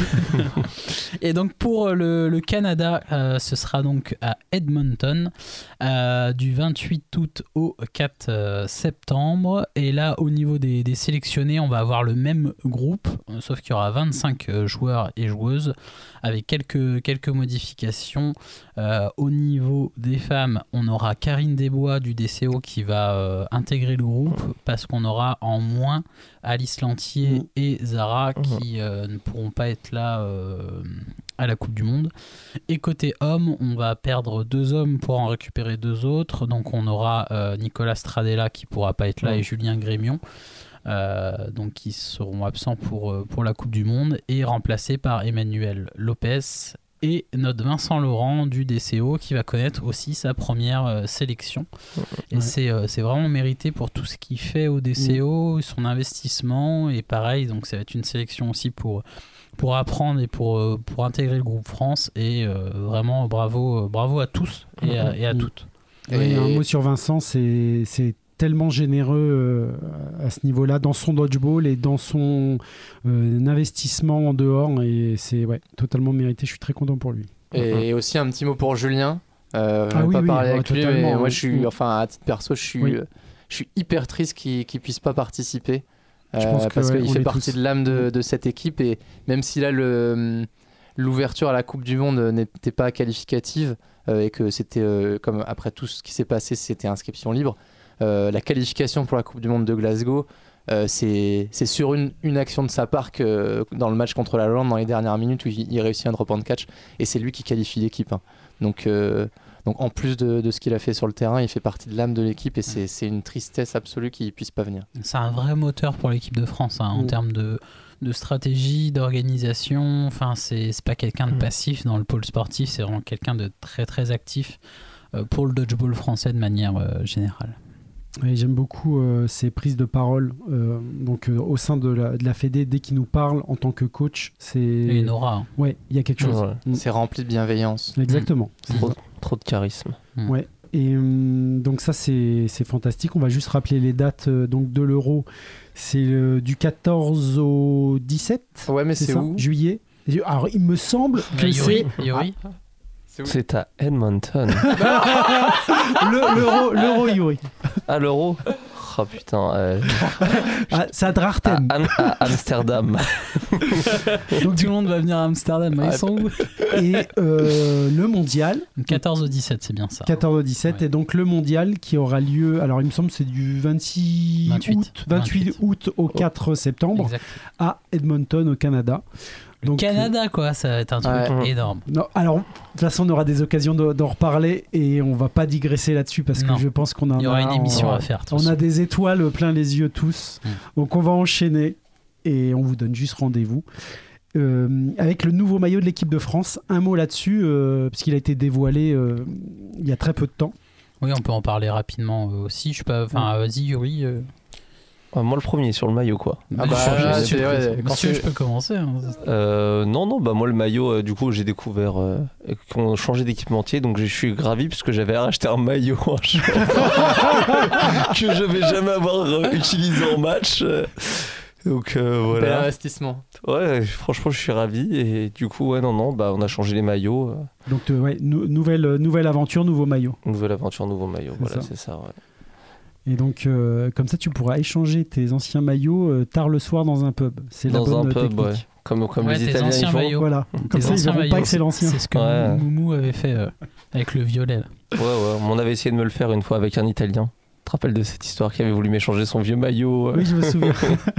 Et donc pour le, le Canada, euh, ce sera donc à Edmonton euh, du vingt-huit août au quatre euh, septembre. Et là, au niveau des, des sélectionnés, on va avoir le même groupe, euh, sauf qu'il y aura vingt-cinq euh, joueurs et joueuses avec quelques, quelques modifications. Euh, au niveau des femmes, on aura Karine Desbois du D C O qui va euh, intégrer le groupe parce qu'on aura en moins Alice Lantier Mmh. et Zara qui euh, ne pourront pas être là euh, à la Coupe du Monde. Et côté hommes, on va perdre deux hommes pour en récupérer deux autres. Donc on aura euh, Nicolas Stradella qui pourra pas être là Mmh. et Julien Grémion. Euh, donc qui seront absents pour, euh, pour la Coupe du Monde et remplacés par Emmanuel Lopez et notre Vincent Laurent du D C O qui va connaître aussi sa première euh, sélection. Et Ouais. c'est, euh, c'est vraiment mérité pour tout ce qu'il fait au D C O, son investissement et pareil, donc ça va être une sélection aussi pour, pour apprendre et pour, euh, pour intégrer le groupe France et euh, vraiment bravo, euh, bravo à tous et à, et à Mhm. toutes. Ouais, Et- un mot sur Vincent, c'est, c'est tellement généreux euh, à ce niveau-là, dans son dodgeball et dans son euh, investissement en dehors. Et c'est ouais, totalement mérité. Je suis très content pour lui. Et aussi un petit mot pour Julien. Euh, Ah je vais oui, pas oui, parler ouais, avec lui, totalement, mais hein. moi je suis, Mm. enfin à titre perso, je suis, Oui. euh, je suis hyper triste qu'il qu'il puisse pas participer. Je Euh, pense que, parce ouais, qu'il on fait est partie tous. de l'âme de, Mm. de cette équipe et même si là le l'ouverture à la Coupe du Monde n'était pas qualificative euh, et que c'était euh, comme après tout ce qui s'est passé, c'était inscription libre. Euh, la qualification pour la Coupe du Monde de Glasgow, euh, c'est c'est sur une, une action de sa part que dans le match contre la Hollande dans les dernières minutes où il, il réussit un drop and catch et c'est lui qui qualifie l'équipe. hein. Donc, euh, donc en plus de, de ce qu'il a fait sur le terrain, il fait partie de l'âme de l'équipe et c'est c'est une tristesse absolue qu'il puisse pas venir. C'est un vrai moteur pour l'équipe de France hein, en Mm. termes de, de stratégie, d'organisation. Enfin, c'est, c'est pas quelqu'un de Mm. passif dans le pôle sportif, c'est vraiment quelqu'un de très très actif euh, pour le dodgeball français de manière euh, générale. Et j'aime beaucoup euh, ses prises de parole euh, donc, euh, au sein de la, de la Fédé, dès qu'il nous parle en tant que coach. C'est... Et une aura. hein. Ouais, il y a quelque chose. Ouais. Mm. C'est rempli de bienveillance. Exactement. C'est Trop, ça. trop de charisme. Ouais. Et hum, donc ça c'est, c'est fantastique. On va juste rappeler les dates euh, donc de l'Euro. C'est euh, du quatorze au dix-sept. Ouais, mais C'est c'est ça, où juillet. Alors il me semble que Bah, Yori, c'est Yori. C'est à Edmonton. le, l'Euro, l'Euro Yuri. À l'euro. Oh putain. euh, Ah, c'est à à, Drachten. Am- à Amsterdam. Donc tout le monde va venir à Amsterdam. mais Ils sont où Et euh, le mondial, quatorze au dix-sept, c'est bien ça. quatorze au dix-sept, Ouais. et donc le mondial qui aura lieu, alors il me semble que c'est du vingt-six vingt-huit. août, vingt-huit vingt-huit. août au quatre septembre Exact. à Edmonton au Canada. Le Donc, Canada, quoi, ça va être un truc Ouais. énorme. Non, alors, de toute façon, on aura des occasions de- d'en reparler et on va pas digresser là-dessus parce Non. que je pense qu'on en Il y aura a, une émission on, à faire. de toute on façon. a des étoiles plein les yeux tous. Mm. Donc, on va enchaîner et on vous donne juste rendez-vous. Euh, avec le nouveau maillot de l'équipe de France, un mot là-dessus, euh, parce qu'il a été dévoilé euh, il y a très peu de temps. Oui, on peut en parler rapidement euh, aussi. Je sais pas. Enfin, vas-y, Yuri. euh, Ouais, moi le premier sur le maillot quoi. Ah bah, Changer, c'est- monsieur, ouais, quand monsieur, tu- je peux commencer. hein. Euh, non, non, bah moi le maillot, euh, du coup j'ai découvert euh, qu'on changeait d'équipementier, donc je suis gravi puisque j'avais racheté un maillot un jour que je vais jamais avoir euh, utilisé en match. euh. Donc euh, Bel voilà. investissement. Ouais, franchement je suis ravi et du coup ouais non non bah on a changé les maillots. euh, Donc, euh, ouais, nou- nouvelle, euh, nouvelle aventure, nouveau maillot. nouvelle aventure, nouveau maillot. C'est Voilà ça. c'est ça. Ouais. Et donc, euh, comme ça, tu pourras échanger tes anciens maillots euh, tard le soir dans un pub. C'est la Dans bonne un euh, pub, technique. ouais. Comme comme Ouais, les tes Italiens anciens ils font. maillots. Voilà. Comme Tes ça, ils anciens verront pas maillots, que c'est l'ancien. C'est ce que Ouais. Moumou avait fait euh, avec le violet. là. Ouais ouais. On avait essayé de me le faire une fois avec un Italien. Tu te rappelles de cette histoire qui avait voulu m'échanger son vieux maillot euh, Oui, je me souviens.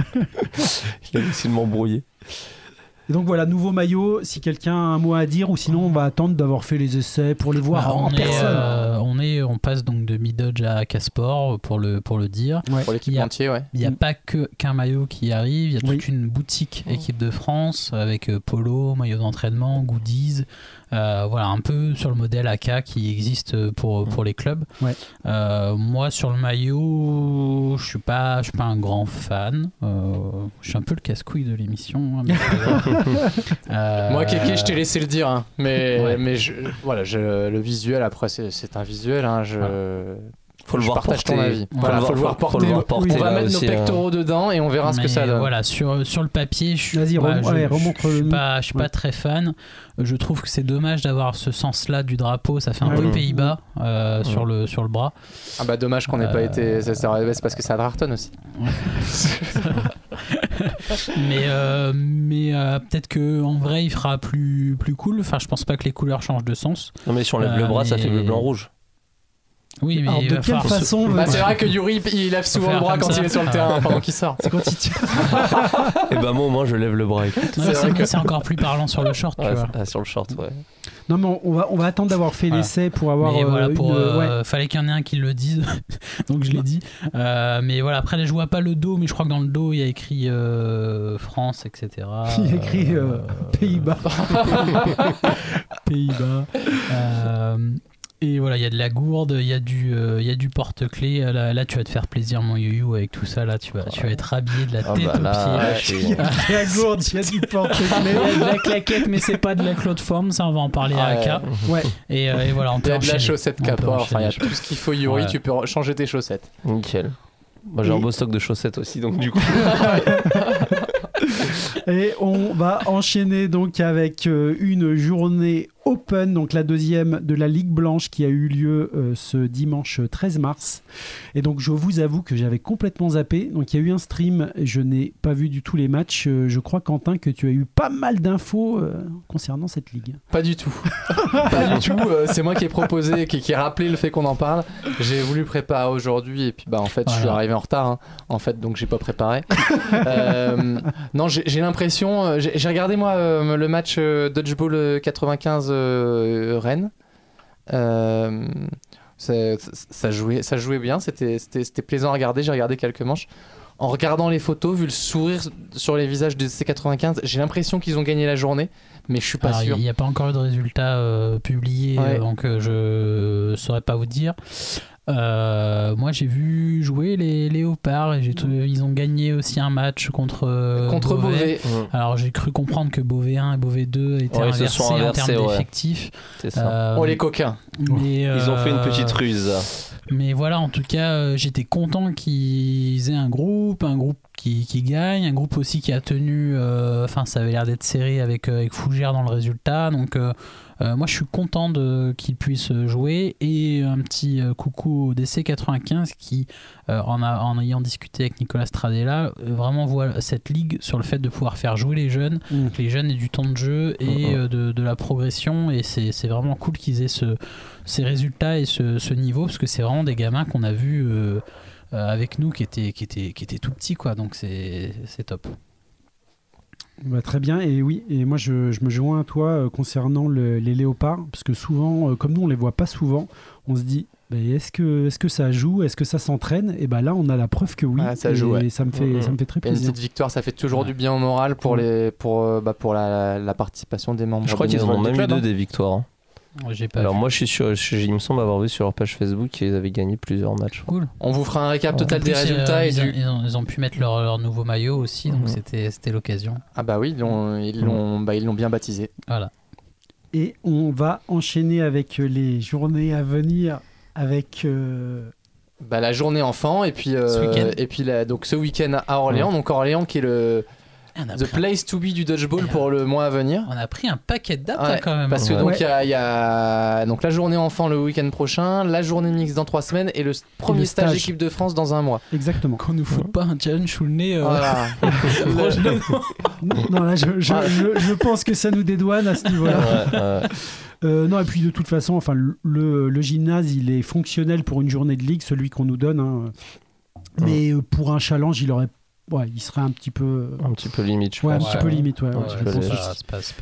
Il avait essayé de m'embrouiller. Et donc voilà, nouveau maillot. Si quelqu'un a un mot à dire, ou sinon on va attendre d'avoir fait les essais pour les voir Bah, en on, est, personne. euh, on journée, on passe donc de Midodge à Casport pour le, pour le dire. Ouais. Pour l'équipe Il y a- entière, ouais. Il n'y a pas que, qu'un maillot qui arrive, il y a toute Oui. une boutique équipe de France avec euh, polo, maillot d'entraînement, goodies, euh, voilà, un peu sur le modèle A K qui existe pour, pour les clubs. Ouais. Euh, moi, sur le maillot, je suis pas, je suis pas un grand fan. Euh, je suis un peu le casse-couille de l'émission. hein, mais c'est pas grave. Euh, Moi, Kéké, je t'ai laissé le dire, hein. mais, Ouais. mais je, voilà, je, le visuel, après, c'est, c'est un visuel. Hein. Je, Faut le je voir partage porter. ton avis. Faut Voilà, le faut le voir voir- faut porter. le voir porter, On va là mettre nos aussi, hein. pectoraux dedans et on verra ce que Mais ça donne. Voilà, sur, sur le papier, je suis, Vas-y, ouais, rem- je- ouais, je- remontre je suis le- pas, je suis Ouais. pas très fan. Je trouve que c'est dommage d'avoir ce sens-là du drapeau. Ça fait un Ah peu oui. Pays-Bas euh, Ouais. sur, le, sur le bras. Ah bah dommage qu'on n'ait pas Euh, été. Ça, ça, c'est parce que c'est à Drarton aussi. mais euh, mais euh, peut-être que en vrai, il fera plus, plus cool. Enfin, je pense pas que les couleurs changent de sens. Non, mais si on lève Euh, le bras, ça mais- fait bleu, blanc, rouge. Oui, mais Alors, il de va quelle falloir se- façon Bah, veux- c'est vrai que Yuri, il lève souvent faire le bras comme quand ça. il est sur le terrain pendant qu'il sort. C'est quand il tire. Et bah, moi, au moins, je lève le bras. écoute. Non, C'est c'est, vrai que- c'est encore plus parlant sur le short, tu Ouais, vois. ah, sur le short, ouais. Non, mais on va, on va attendre d'avoir fait Voilà. l'essai pour avoir. Mais euh, voilà, pour, une- euh, ouais. fallait qu'il y en ait un qui le dise, donc je l'ai dit. Euh, mais voilà, après je vois pas le dos, mais je crois que dans le dos il y a écrit euh, France, et cetera. Il y a écrit, euh, Pays-Bas. Pays-Bas. Euh, et voilà, il y a de la gourde, il y a du, euh, il y a du porte-clés. Là, là, tu vas te faire plaisir, mon you avec tout ça. Là, tu vas, tu vas être habillé de la Ah tête bah aux là, pieds. je Il y a de la gourde, il y a du porte Mais il y a de la claquette, mais c'est pas de la Claude Forme, ça on va en parler à Ouais. Aka. Ouais. Et, euh, et voilà, on Il peut y a de la enchaîner. chaussette On peut Kappa, enfin il y a enchaîner. tout ce qu'il faut Yuri, Ouais. tu peux changer tes chaussettes. Nickel. Moi, j'ai Et- un beau stock de chaussettes aussi, donc du coup. Et on va enchaîner donc avec euh, une journée Open, donc la deuxième de la Ligue Blanche qui a eu lieu euh, ce dimanche treize mars. Et donc je vous avoue que j'avais complètement zappé. Donc il y a eu un stream, je n'ai pas vu du tout les matchs. Euh, je crois, Quentin, que tu as eu pas mal d'infos euh, concernant cette ligue. Pas du tout. Pas du tout. euh, c'est moi qui ai proposé, qui, qui ai rappelé le fait qu'on en parle. J'ai voulu préparer aujourd'hui et puis bah en fait je suis Voilà. arrivé en retard. hein. En fait donc j'ai pas préparé. Euh, non j'ai, j'ai l'impression. euh, J'ai, j'ai regardé moi euh, le match euh, Dodgeball quatre-vingt-quinze euh, Rennes. Euh, ça, ça- ça jouait, ça jouait bien. C'était, c'était, c'était plaisant à regarder. J'ai regardé quelques manches. En regardant les photos, vu le sourire sur les visages de C quatre-vingt-quinze, j'ai l'impression qu'ils ont gagné la journée, mais je suis pas Alors, sûr. il n'y a pas encore eu de résultats euh, publiés, Ouais. euh, donc euh, je saurais pas vous dire. Euh, moi, j'ai vu jouer les Léopards et j'ai trouvé- ils ont gagné aussi un match contre, euh, Contre Beauvais. Alors, j'ai cru comprendre que Beauvais un et Beauvais deux étaient Ouais, ils se inversés, sont en inversés, termes ouais. d'effectifs. C'est ça. Euh, Oh les coquins. mais, Ils ont fait une euh, petite ruse. Mais voilà, en tout cas, euh, j'étais content qu'ils aient un groupe, un groupe qui, qui gagne, un groupe aussi qui a tenu. euh, Enfin, ça avait l'air d'être serré avec, euh, avec Fougère dans le résultat. Donc, euh, euh, moi, je suis content de, qu'ils puissent jouer. Et un petit euh, coucou au D C quatre-vingt-quinze qui, euh, en, a- en ayant discuté avec Nicolas Stradella, euh, vraiment voit cette ligue sur le fait de pouvoir faire jouer les jeunes, Mm. que les jeunes aient du temps de jeu et Mhm. euh, de, de la progression. Et c'est c'est vraiment cool qu'ils aient ce, ces résultats et ce, ce niveau, parce que c'est vraiment des gamins qu'on a vus euh, euh, avec nous qui étaient, qui, étaient, qui étaient tout petits, quoi. Donc c'est c'est top. Bah, très bien, et oui, et moi je, je me joins à toi euh, concernant le- les léopards, parce que souvent, euh, comme nous on les voit pas souvent, on se dit, bah, est-ce que, est-ce que ça joue, est-ce que ça s'entraîne? Et bah là on a la preuve que oui, Ah, ça et joue, ouais. ça me fait, Mhm. ça me fait très Et une plaisir. petite victoire, ça fait toujours Ouais. du bien au moral pour, Ouais. les, pour, euh, bah, pour la, la participation des membres. Je crois qu'ils en bénévoles ont du même eu club, deux hein. des victoires. hein. J'ai pas Alors vu. moi, je suis sûr, je- il me semble avoir vu sur leur page Facebook qu'ils avaient gagné plusieurs matchs. Cool. On vous fera un récap En total En des plus, résultats. euh, et ils, ont, du... ils ont- ils ont pu mettre leur, leur nouveau maillot aussi, donc Mhm. c'était c'était l'occasion. Ah bah oui, ils l'ont, ils l'ont, bah, ils l'ont bien baptisé. Voilà. Et on va enchaîner avec euh, les journées à venir, avec... euh, Bah, la journée enfant et puis, euh, Ce week-end. et puis la- donc ce week-end à Orléans. Donc Orléans qui est le On a, the pris, place to be du dodgeball Et, pour le mois à venir. on a pris un paquet de dates Ouais, là, quand même. Parce que Ouais. donc Ouais. il y a, il y a donc la journée enfant le week-end prochain, la journée mixte dans trois semaines et le s- premier le stage stage. équipe de France dans un mois. Exactement. Qu'on nous fout pas un challenge sous le nez. euh, Voilà. prochaine- Non, là, je, je, Ouais. je- je pense que ça nous dédouane à ce niveau-là. Ouais, ouais. Euh, non, et puis de toute façon, enfin, le, le gymnase, il est fonctionnel pour une journée de ligue, celui qu'on nous donne. hein. Mais euh, pour un challenge, il aurait, ouais, il serait un petit peu, Un petit peu limite, je ouais, un pense. petit Ouais. peu limite, ouais, ouais, Un Ouais, petit je peu c'est pense léger. pas- aussi. c'est pas, c'est pas dingue.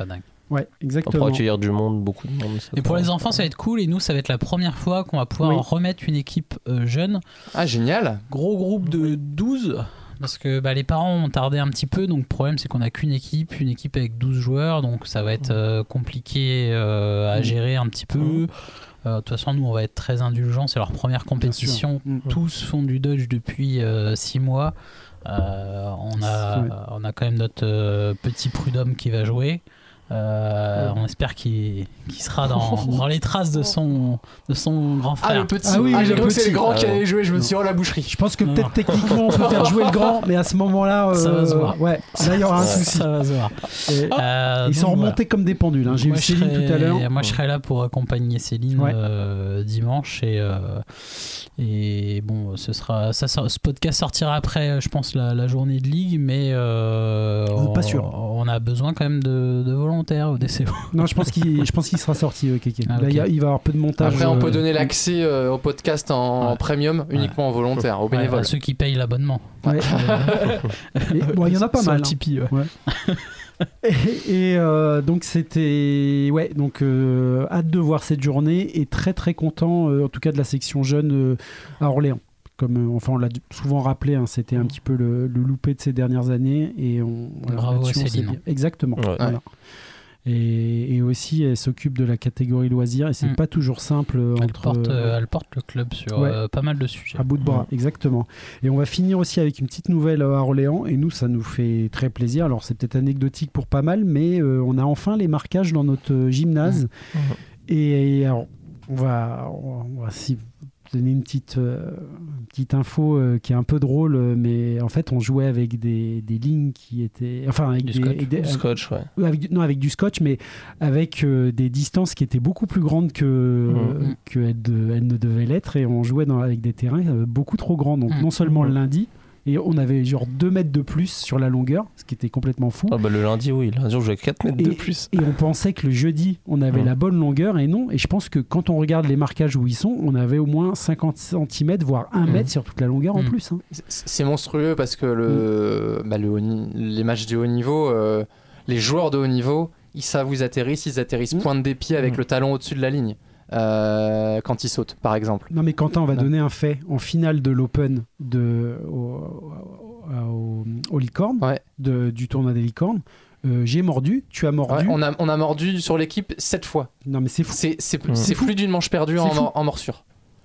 Ouais, On exactement. pourra accueillir du monde, beaucoup de monde. ça Et pour pourra- les enfants, ça va être cool. Et nous, ça va être la première fois qu'on va pouvoir Oui. remettre une équipe euh, jeune. Ah, génial. Gros groupe de douze. Parce que bah, les parents ont tardé un petit peu. Donc, le problème, c'est qu'on n'a qu'une équipe. Une équipe avec douze joueurs. Donc, ça va être euh, compliqué euh, à gérer un petit peu. Euh, De toute façon, nous, on va être très indulgents. C'est leur première compétition. Mm. Tous font du dodge depuis six mois. Euh, on, a, Ouais. on a quand même notre euh, petit Prud'homme qui va jouer. Euh, Ouais. On espère qu'il qu'il sera dans, dans les traces de son, de son grand Ah, frère. le petit. Ah oui, ah, le j'ai cru que c'est petit. le grand Ah, qui ouais. allait jouer. Je me Non. suis dit, oh, la boucherie. Je pense que Non, peut-être non. techniquement on peut faire jouer le grand, mais à ce moment-là, Ça va se euh, voir. ouais, là il y aura un Ouais. souci. Ça va se voir. Et- Euh, Ils sont donc, voilà. remontés comme des pendules. Hein. J'ai Moi, eu je Céline serai- tout à l'heure. Moi, je serai là pour accompagner Céline Ouais. euh, dimanche et euh, et bon, ce sera ça. sort- Ce podcast sortira après, je pense, la, la journée de ligue, mais euh, On est pas on, sûr. on a besoin quand même de, de volontaires au D C O. Non, je pense qu'il, je pense qu'il sera sorti, euh, Kéké. Ah, Là, ok. il y a- il va y avoir peu de montage. Après, on euh, peut donner l'accès euh, au podcast en, en Ouais. premium uniquement aux volontaires, aux Ouais, bénévoles. à ceux qui payent l'abonnement. Ouais. Et, bon, il y en a pas Sur le mal. Tipeee, ouais. Et, et, euh, donc c'était ouais donc euh, hâte de voir cette journée et très très content euh, en tout cas de la section jeune euh, à Orléans. Comme euh, enfin on l'a souvent rappelé, hein, c'était un petit peu le, le loupé de ces dernières années et on voilà, Bravo là-dessus, à on s'est Céline. bien- Exactement. Ouais. Voilà. Et, et aussi elle s'occupe de la catégorie loisirs et c'est Mm. pas toujours simple euh, Elle entre porte, euh, euh, elle porte le club sur Ouais. euh, pas mal de sujets. à bout de bras, exactement. Et on va finir aussi avec une petite nouvelle à Orléans, et nous, ça nous fait très plaisir. Alors, c'est peut-être anecdotique pour pas mal, mais euh, on a enfin les marquages dans notre euh, gymnase. Mmh. Et, et alors, on va, on va si vous donner une petite, euh, une petite info euh, qui est un peu drôle, euh, mais en fait, on jouait avec des, des lignes qui étaient. Enfin, avec Du des. scotch. des- Du scotch, ouais. euh, avec, du- non, avec du scotch, mais avec euh, des distances qui étaient beaucoup plus grandes que, Mhm. que elles, de- elles ne devaient l'être. Et on jouait dans, avec des terrains euh, beaucoup trop grands. Donc, Mhm. non seulement le Mhm. lundi, et on avait genre deux mètres de plus sur la longueur, ce qui était complètement fou. Ah bah le lundi, oui. Le lundi, on jouait quatre mètres de Et- plus. Et on pensait que le jeudi, on avait Mhm. la bonne longueur, et non. Et je pense que quand on regarde les marquages où ils sont, on avait au moins cinquante centimètres, voire un Mhm. mètre sur toute la longueur en Mhm. plus. hein. C'est- C'est monstrueux parce que le, bah, le haut ni- les matchs de haut niveau, euh, les joueurs de haut niveau, ils savent où ils atterrissent, ils atterrissent Mm. pointe des pieds avec Mm. le talon au-dessus de la ligne euh, quand ils sautent, par exemple. Non mais Quentin, on va Non. donner un fait. En finale de l'Open de, au, au, au Licorne, Ouais. de- du tournoi des Licornes, euh, j'ai mordu, tu as mordu. Ouais, on, a, on a mordu sur l'équipe sept fois. Non mais c'est fou. C'est c'est- Mm. c'est plus d'une manche perdue en, C'est fou. en morsure.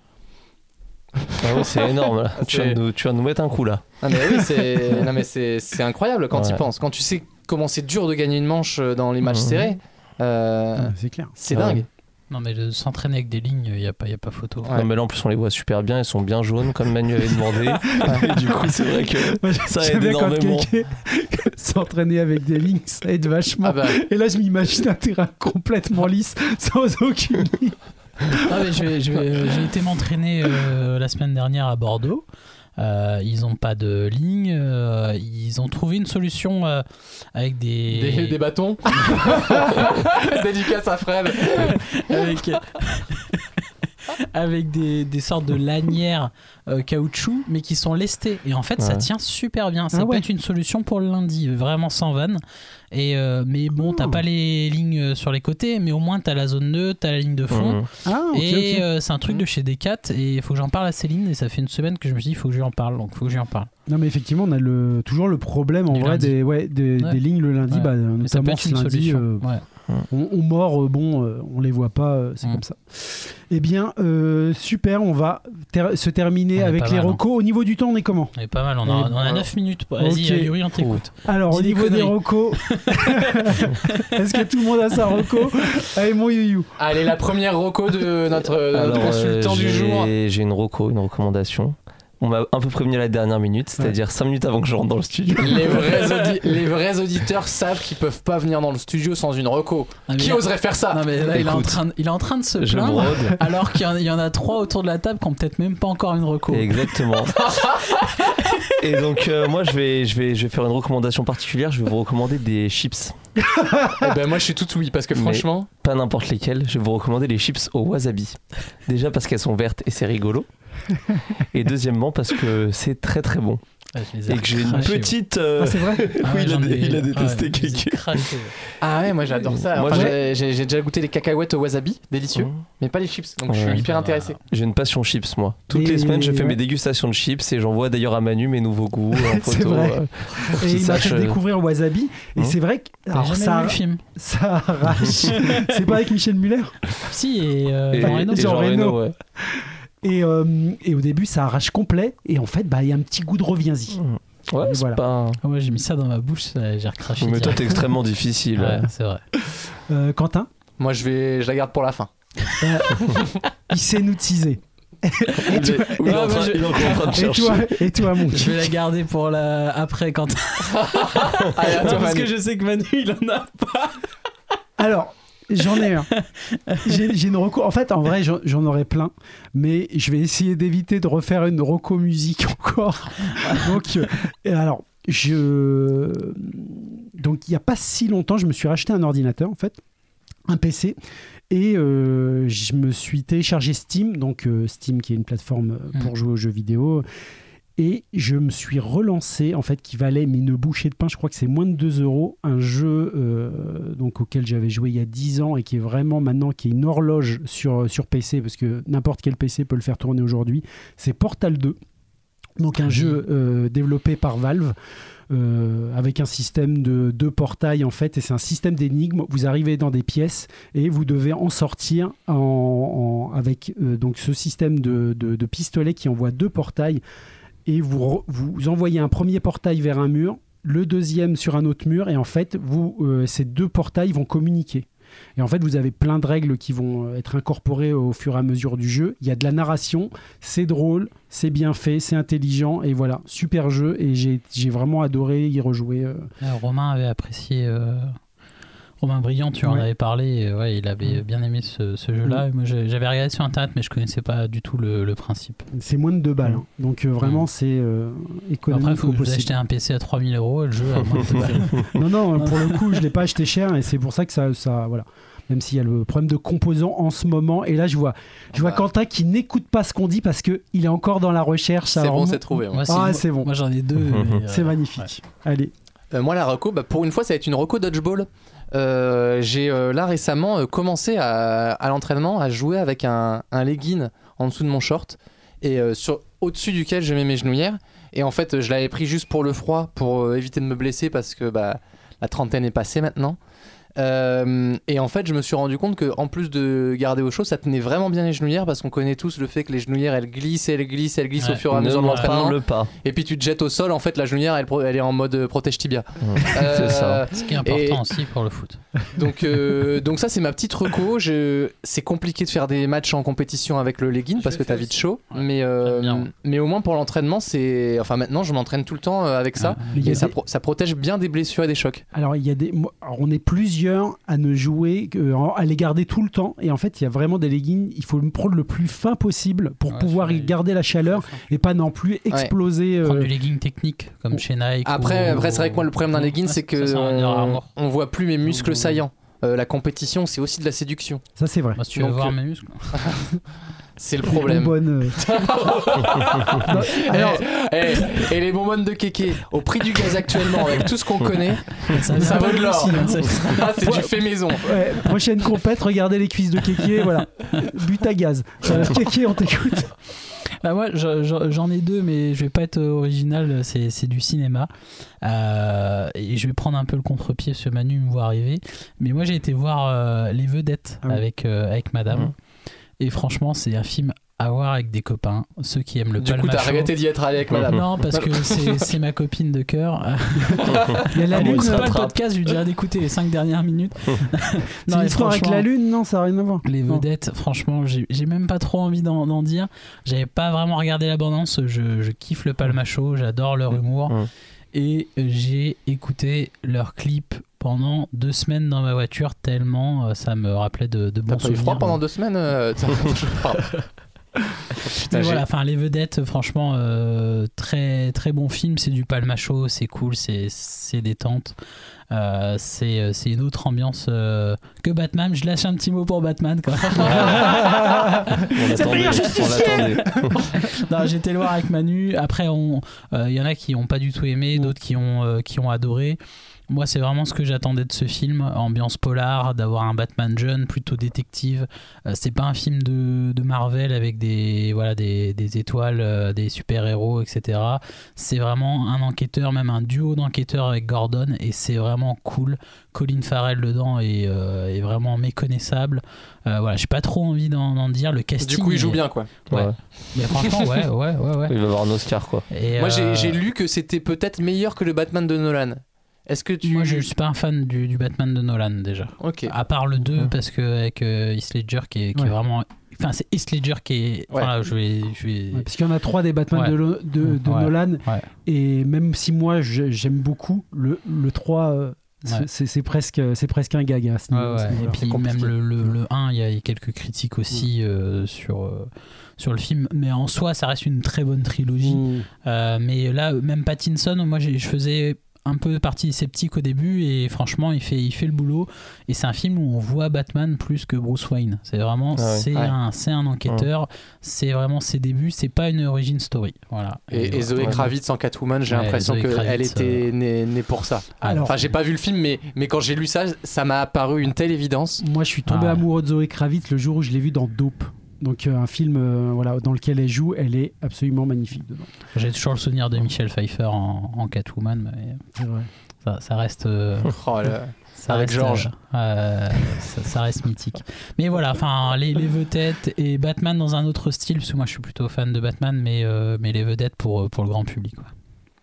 Ah ouais, c'est énorme là. tu, viens de nous, tu viens de nous mettre un coup là. Ah, mais oui, c'est non, mais c'est- c'est incroyable quand tu Ouais. y penses. Quand tu sais comment c'est dur de gagner une manche dans les matchs Mhm. serrés, euh, Ah, c'est clair. c'est Ah ouais. dingue. Non, mais de s'entraîner avec des lignes, il n'y a, pas- y a pas photo. Ouais. Non, mais là en plus on les voit super bien, ils sont bien jaunes comme Manu avait demandé. Et du coup c'est vrai que ça J'aime aide bien quand énormément. quelqu'un s'entraîner avec des lignes, ça aide vachement. Ah bah, Et là, je m'imagine un terrain complètement lisse, sans aucune ligne. Ah, mais je vais- je vais- J'ai été m'entraîner euh, la semaine dernière à Bordeaux. Euh, ils n'ont pas de ligne. euh, ils ont trouvé une solution euh, avec des. des, des bâtons. Dédicace à Fred. avec, avec des, des sortes de lanières euh, caoutchouc, mais qui sont lestées. Et en fait, ça Ouais. tient super bien. Ça Ah peut ouais. être une solution pour le lundi, vraiment sans vanne. Et euh, mais bon, t'as Oh. pas les lignes sur les côtés, mais au moins t'as la zone neutre, t'as la ligne de fond. Mhm. Ah, ok, Et ok. euh, c'est un truc de chez Decat et il faut que j'en parle à Céline et ça fait une semaine que je me dis il faut que je lui en parle, donc il faut que je lui en parle. Non, mais effectivement, on a le, toujours le problème en Du vrai lundi. des, ouais, des, Ouais. des lignes le lundi, Ouais. bah, Mais ça peut notamment être ce une lundi. solution. euh, Ouais. On, on mord, euh, bon, euh, on les voit pas, euh, c'est Mm. comme ça. Eh bien, euh, super, on va ter- se terminer On est avec pas les mal, hein. recos. Au niveau du temps, on est comment? On est pas mal, on Et a, on a voilà. neuf minutes. Vas-y, Ok. Yuri, on t'écoute. Alors, au Dis des niveau des conneries. recos, est-ce que tout le monde a sa reco? Allez, mon youyou. Allez, la première roco de notre, de notre Alors, consultant euh, du j'ai- jour. J'ai une reco, une recommandation. On m'a un peu prévenu à la dernière minute, c'est-à-dire cinq minutes avant que je rentre dans le studio. Les vrais, audi- les vrais auditeurs savent qu'ils peuvent pas venir dans le studio sans une reco. Ah, mais Qui là- oserait faire ça? Non, mais là, il est, en Écoute, train de, il est en train de se Je plaindre. brode. Alors qu'il y en, il y en a trois autour de la table qui ont peut-être même pas encore une reco. Exactement. Et donc euh, moi je vais, je, vais, je vais faire une recommandation particulière, je vais vous recommander des chips. Eh ben moi je suis tout oui parce que Mais- franchement, Pas n'importe lesquels, je vais vous recommander les chips au wasabi. Déjà parce qu'elles sont vertes et c'est rigolo. Et deuxièmement parce que c'est très très bon. Ouais, je les ai et que j'ai une crachés, ouais. petite. euh, Ah, c'est vrai. Ah oui, ouais, il, a, j'en ai- il a détesté ouais, je les ai Kéké. crachés, ouais. Ah ouais, moi j'adore ça. Moi, Enfin, j'ai- j'ai, j'ai, j'ai déjà goûté les cacahuètes au wasabi, délicieux, Mmh. mais pas les chips. Donc je Ouais. suis hyper Ah, intéressé. J'ai une passion chips, moi. Toutes Et- les semaines, je fais ouais. mes dégustations de chips et j'envoie d'ailleurs à Manu mes nouveaux goûts en C'est photo. vrai. euh, pour Et qu'il il m'a sache, fait euh, découvrir Wasabi. Et Hum. c'est vrai que. T'as Alors, jamais ça, vu le film? ça arrache. C'est pas avec Michel Muller. Si, et, euh, et, Jean Reno. et Jean Jean Reno. Reno, ouais. Et, euh, et au début, ça arrache complet. Et en fait, bah, il y a un petit goût de reviens-y. Ouais, Et c'est voilà. pas. un- Ah ouais, j'ai mis ça dans ma bouche, ça- j'ai recraché. Mais toi, direct. t'es extrêmement difficile. Ouais, c'est vrai. Euh, Quentin, Moi je vais, je la garde pour la fin. il sait nous teaser. Et Il toi, est, il est en train, il est encore en train de et chercher. toi, et toi, mon Je vais la garder pour la après quand. Allez, à toi, Parce Manu. que je sais que Manu il en a pas. Alors, j'en ai un. J'ai j'ai une reco. En fait, en vrai, j'en j'en aurais plein, mais je vais essayer d'éviter de refaire une reco musique encore. Donc, euh, et alors, je. Donc, il n'y a pas si longtemps, je me suis racheté un ordinateur, en fait, un P C, et euh, je me suis téléchargé Steam, donc euh, Steam qui est une plateforme euh, pour Mm. jouer aux jeux vidéo. Et je me suis relancé, en fait, qui valait mais une bouchée de pain, je crois que c'est moins de deux euros, un jeu euh, donc, auquel j'avais joué il y a dix ans et qui est vraiment maintenant, qui est une horloge sur, sur P C, parce que n'importe quel P C peut le faire tourner aujourd'hui. C'est Portal deux, donc un Oui. jeu euh, développé par Valve, euh, avec un système de deux portails, en fait, et c'est un système d'énigmes. Vous arrivez dans des pièces et vous devez en sortir en, en- avec euh, donc ce système de, de, de pistolet qui envoie deux portails. Et vous, re- vous envoyez un premier portail vers un mur, le deuxième sur un autre mur, et en fait, vous, euh, ces deux portails vont communiquer. Et en fait, vous avez plein de règles qui vont euh, être incorporées au fur et à mesure du jeu. Il y a de la narration, c'est drôle, c'est bien fait, c'est intelligent, et voilà, super jeu, et j'ai j'ai vraiment adoré y rejouer. euh. Euh, Romain avait apprécié. euh, Romain Brillant, tu en Ouais. avais parlé, et ouais, il avait bien aimé ce, ce jeu-là. Et moi, j'ai- j'avais regardé sur internet, mais je connaissais pas du tout le, le principe. C'est moins de deux balles, hein. Donc euh, vraiment, Mm. c'est euh, économique Après, il faut au que vous possible. achetez un P C à trois mille euros et le jeu à moins de deux balles. Non, non, pour le coup, je l'ai pas acheté cher, et c'est pour ça que ça, ça voilà. Même s'il y a le problème de composants en ce moment, et là, je vois, je vois bah. Quentin qui n'écoute pas ce qu'on dit parce que il est encore dans la recherche. C'est Alors, bon, moi- c'est trouvé. ouais. Moi, Ah, c'est bon. Moi, j'en ai deux. mais, euh, C'est magnifique. Allez. Euh, moi, la reco, bah, pour une fois, ça va être une reco dodgeball. Euh, j'ai euh, là récemment euh, commencé à, à l'entraînement à jouer avec un, un legging en dessous de mon short et euh, sur, au-dessus duquel je mets mes genouillères. Et en fait, je l'avais pris juste pour le froid, pour euh, éviter de me blesser parce que bah, la trentaine est passée maintenant. Euh, et en fait, je me suis rendu compte que en plus de garder au chaud, ça tenait vraiment bien les genouillères parce qu'on connaît tous le fait que les genouillères elles glissent, elles glissent, elles glissent Ouais. au fur et à Ne mesure de m'en l'entraînement. parle pas. Et puis tu te jettes au sol, en fait, la genouillère elle, pro- elle est en mode euh, protège tibia. C'est ça. Ce qui est important Et- aussi pour le foot. Donc, euh, donc ça c'est ma petite reco. Je... C'est compliqué de faire des matchs en compétition avec le legging parce Je que l'ai t'as fait vite aussi. chaud. Ouais, Mais, euh, j'aime bien, ouais. mais au moins pour l'entraînement, c'est. Enfin maintenant je m'entraîne tout le temps euh, avec ça. Ah, Il y a Et ça, des- pro- ça protège bien des blessures et des chocs. Alors, il y a des... moi, alors, on est plusieurs à ne jouer, euh, à les garder tout le temps. Et en fait, il y a vraiment des leggings, il faut le prendre le plus fin possible pour Ouais, pouvoir sur y les- garder la chaleur et pas non plus exploser. euh, Prendre du legging technique comme chez Nike. Après, ou- après c'est vrai que moi le problème d'un ou- legging Ouais, c'est que ça, c'est un Under on, Armour. on voit plus mes muscles Ou- saillants. Euh, la compétition c'est aussi de la séduction. Ça, c'est vrai. Moi, si tu veux Donc, voir euh, mes muscles. C'est le problème. Bonbonne, euh. Non, alors, Eh, eh, et les bonbonnes de kéké au prix du gaz actuellement avec tout ce qu'on connaît, Ça, ça vaut de l'or. aussi, hein, ça- Ah, c'est du fait maison. ouais, prochaine compète, regardez les cuisses de Kéké, voilà. But à gaz. Euh, Kéké, on t'écoute. Bah moi je- je- j'en ai deux mais je vais pas être original, c'est c'est du cinéma. Euh, et je vais prendre un peu le contre-pied parce que Manu me voit arriver. Mais moi j'ai été voir euh, Les Vedettes Ah oui. avec, euh, avec madame. Mmh. Et franchement c'est un film à voir avec des copains, ceux qui aiment le Du coup, t'as palmacho. regretté d'y être allé avec madame. Non, parce que c'est c'est ma copine de cœur. Il y a la Elle lune. n'écoute euh, pas le podcast, je lui dirais d'écouter les cinq dernières minutes. C'est une et histoire avec franchement, la lune, non, ça n'a rien à voir. Les Non. vedettes, franchement, j'ai j'ai même pas trop envie d'en d'en dire. J'avais pas vraiment regardé l'abondance. Je, je kiffe le palmacho, j'adore leur humour. Mm. Et j'ai écouté leurs clips pendant deux semaines dans ma voiture, tellement euh, ça me rappelait de, de bons T'as pas eu souvenirs. froid pendant deux semaines euh, t'as- Pardon. Putain, Mais j'ai- voilà, enfin les vedettes, franchement, euh, très très bon film. C'est du palmacho, c'est cool, c'est c'est détente. Euh, c'est c'est une autre ambiance euh, que Batman. Je lâche un petit mot pour Batman quand même. On l'attendait, on l'attendait. Non, j'étais le voir avec Manu. Après, on, euh, il y en a qui ont pas du tout aimé, d'autres qui ont euh, qui ont adoré. Moi, c'est vraiment ce que j'attendais de ce film, ambiance polar, d'avoir un Batman jeune, plutôt détective. Euh, c'est pas un film de, de Marvel avec des voilà des, des étoiles, euh, des super héros, et cetera. C'est vraiment un enquêteur, même un duo d'enquêteurs avec Gordon, et c'est vraiment cool. Colin Farrell dedans est, euh, est vraiment méconnaissable. Euh, voilà, j'ai pas trop envie d'en, d'en dire. Le casting. Du coup, il joue est- bien, quoi. Ouais. Ouais. Mais franchement, ouais, ouais, ouais, ouais. Il va avoir un Oscar, quoi. Et, Moi, j'ai euh, j'ai lu que c'était peut-être meilleur que le Batman de Nolan. Est-ce que tu. Moi, je suis pas un fan du, du Batman de Nolan déjà. Ok. À part le deux, Mhm. parce que avec euh, Heath Ledger qui est, qui Ouais. est vraiment. Enfin, c'est Heath Ledger qui est. Ouais. Enfin, là, je vais. Je vais... Ouais, parce qu'il y en a trois des Batman Ouais. de, lo- de, de Ouais. Nolan. Ouais. Et même si moi je- j'aime beaucoup, le, le trois, euh, c'est- Ouais. c'est c'est presque, c'est presque un gag. À ce Ouais, niveau- à ce ouais. Et niveau-là. puis même le, le, le un, il y a quelques critiques aussi euh, sur, euh, sur le film. Mais en soi, ça reste une très bonne trilogie. Mmh. Euh, mais là, même Pattinson, moi, j'ai- je faisais un peu partie sceptique au début et franchement, il fait, il fait le boulot. Et c'est un film où on voit Batman plus que Bruce Wayne. C'est vraiment, Ah ouais. c'est Ouais. un, c'est un enquêteur. C'est vraiment ses débuts. C'est pas une origin story. Voilà. Et, et voilà. Zoé Ouais. Kravitz en Catwoman, j'ai Ouais, l'impression Zoé qu'elle Kravitz, était née, née pour ça. Alors, Enfin, j'ai pas vu le film, mais, mais quand j'ai lu ça, ça m'a apparu une telle évidence. moi je suis tombé Ah ouais. amoureux de Zoé Kravitz le jour où je l'ai vue dans Dope. Donc euh, un film euh, voilà, dans lequel elle joue, elle est absolument magnifique dedans. J'ai toujours le souvenir de Michelle Pfeiffer en, en Catwoman. Mais C'est vrai. ça, ça reste. euh, Oh là. Ça Avec reste, Georges. euh, ça, ça reste mythique. Mais voilà, enfin, les, les vedettes et Batman dans un autre style, parce que moi je suis plutôt fan de Batman, mais, euh, mais les vedettes pour, pour le grand public. Quoi.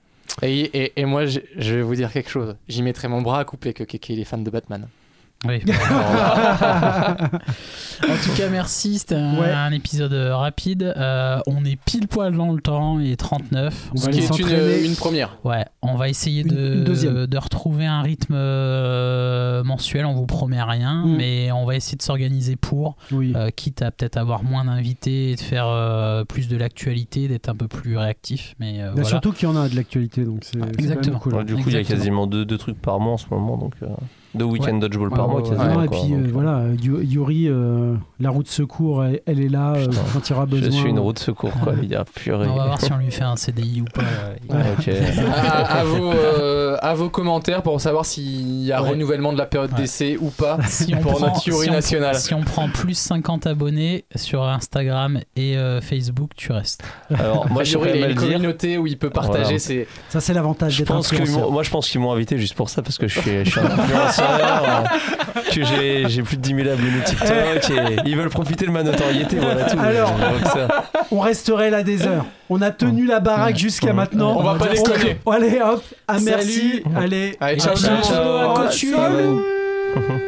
Et, et, et moi, je je vais vous dire quelque chose. J'y mettrai mon bras à couper que Kéké il est fan de Batman. Oui. en tout cas, merci. C'était un, Ouais. un épisode rapide. Euh, on est pile poil dans le temps et trente-neuf. On Ce va qui aller est s'entraîner. une, une première. Ouais, on va essayer Une- de, une deuxième. de retrouver un rythme euh, mensuel. On vous promet rien, Mm. mais on va essayer de s'organiser pour. Oui. Euh, quitte à peut-être avoir moins d'invités et de faire euh, plus de l'actualité, d'être un peu plus réactif. Mais euh, Bah, voilà. Surtout qu'il y en a de l'actualité, donc c'est c'est quand exactement. même cool. Ouais, du coup, il y a Exactement. quasiment deux, deux trucs par mois en ce moment, donc euh, deux week-ends Ouais. dodgeball Ouais, par ouais, mois ouais. quasiment. Non, et quoi, puis donc, euh, euh, voilà, Yu- Yuri, euh, la roue de secours, elle, elle est là euh, Putain. quand il y aura besoin. Je suis une roue de secours, quoi, les gars. Purée. On va voir si on lui fait un C D I ou pas. euh, Ouais, ok. à, à vos, euh, à vos commentaires pour savoir s'il y a Ouais. renouvellement de la période Ouais. d'essai ou pas Si on, pour prend, notre Yuri si, on, national. si on prend plus cinquante abonnés sur Instagram et euh, Facebook, tu restes. Alors, moi, je Yuri, suis il quand a même une à le dire. communauté où il peut partager Voilà. ses. Ça, c'est l'avantage Je d'être pense qu'ils influenceur. m'ont- moi, je pense qu'ils m'ont invité juste pour ça parce que je suis, je suis un influenceur, euh, que j'ai, j'ai plus de dix mille abonnés TikTok et ils veulent profiter de ma notoriété, voilà tout. Alors. Donc ça. On resterait là des heures. On a tenu la baraque jusqu'à maintenant. On va pas dire- déconner. Allez hop, ah Salut. merci. Allez, Allez, ciao, Ciao, ciao. à Coach. Salut.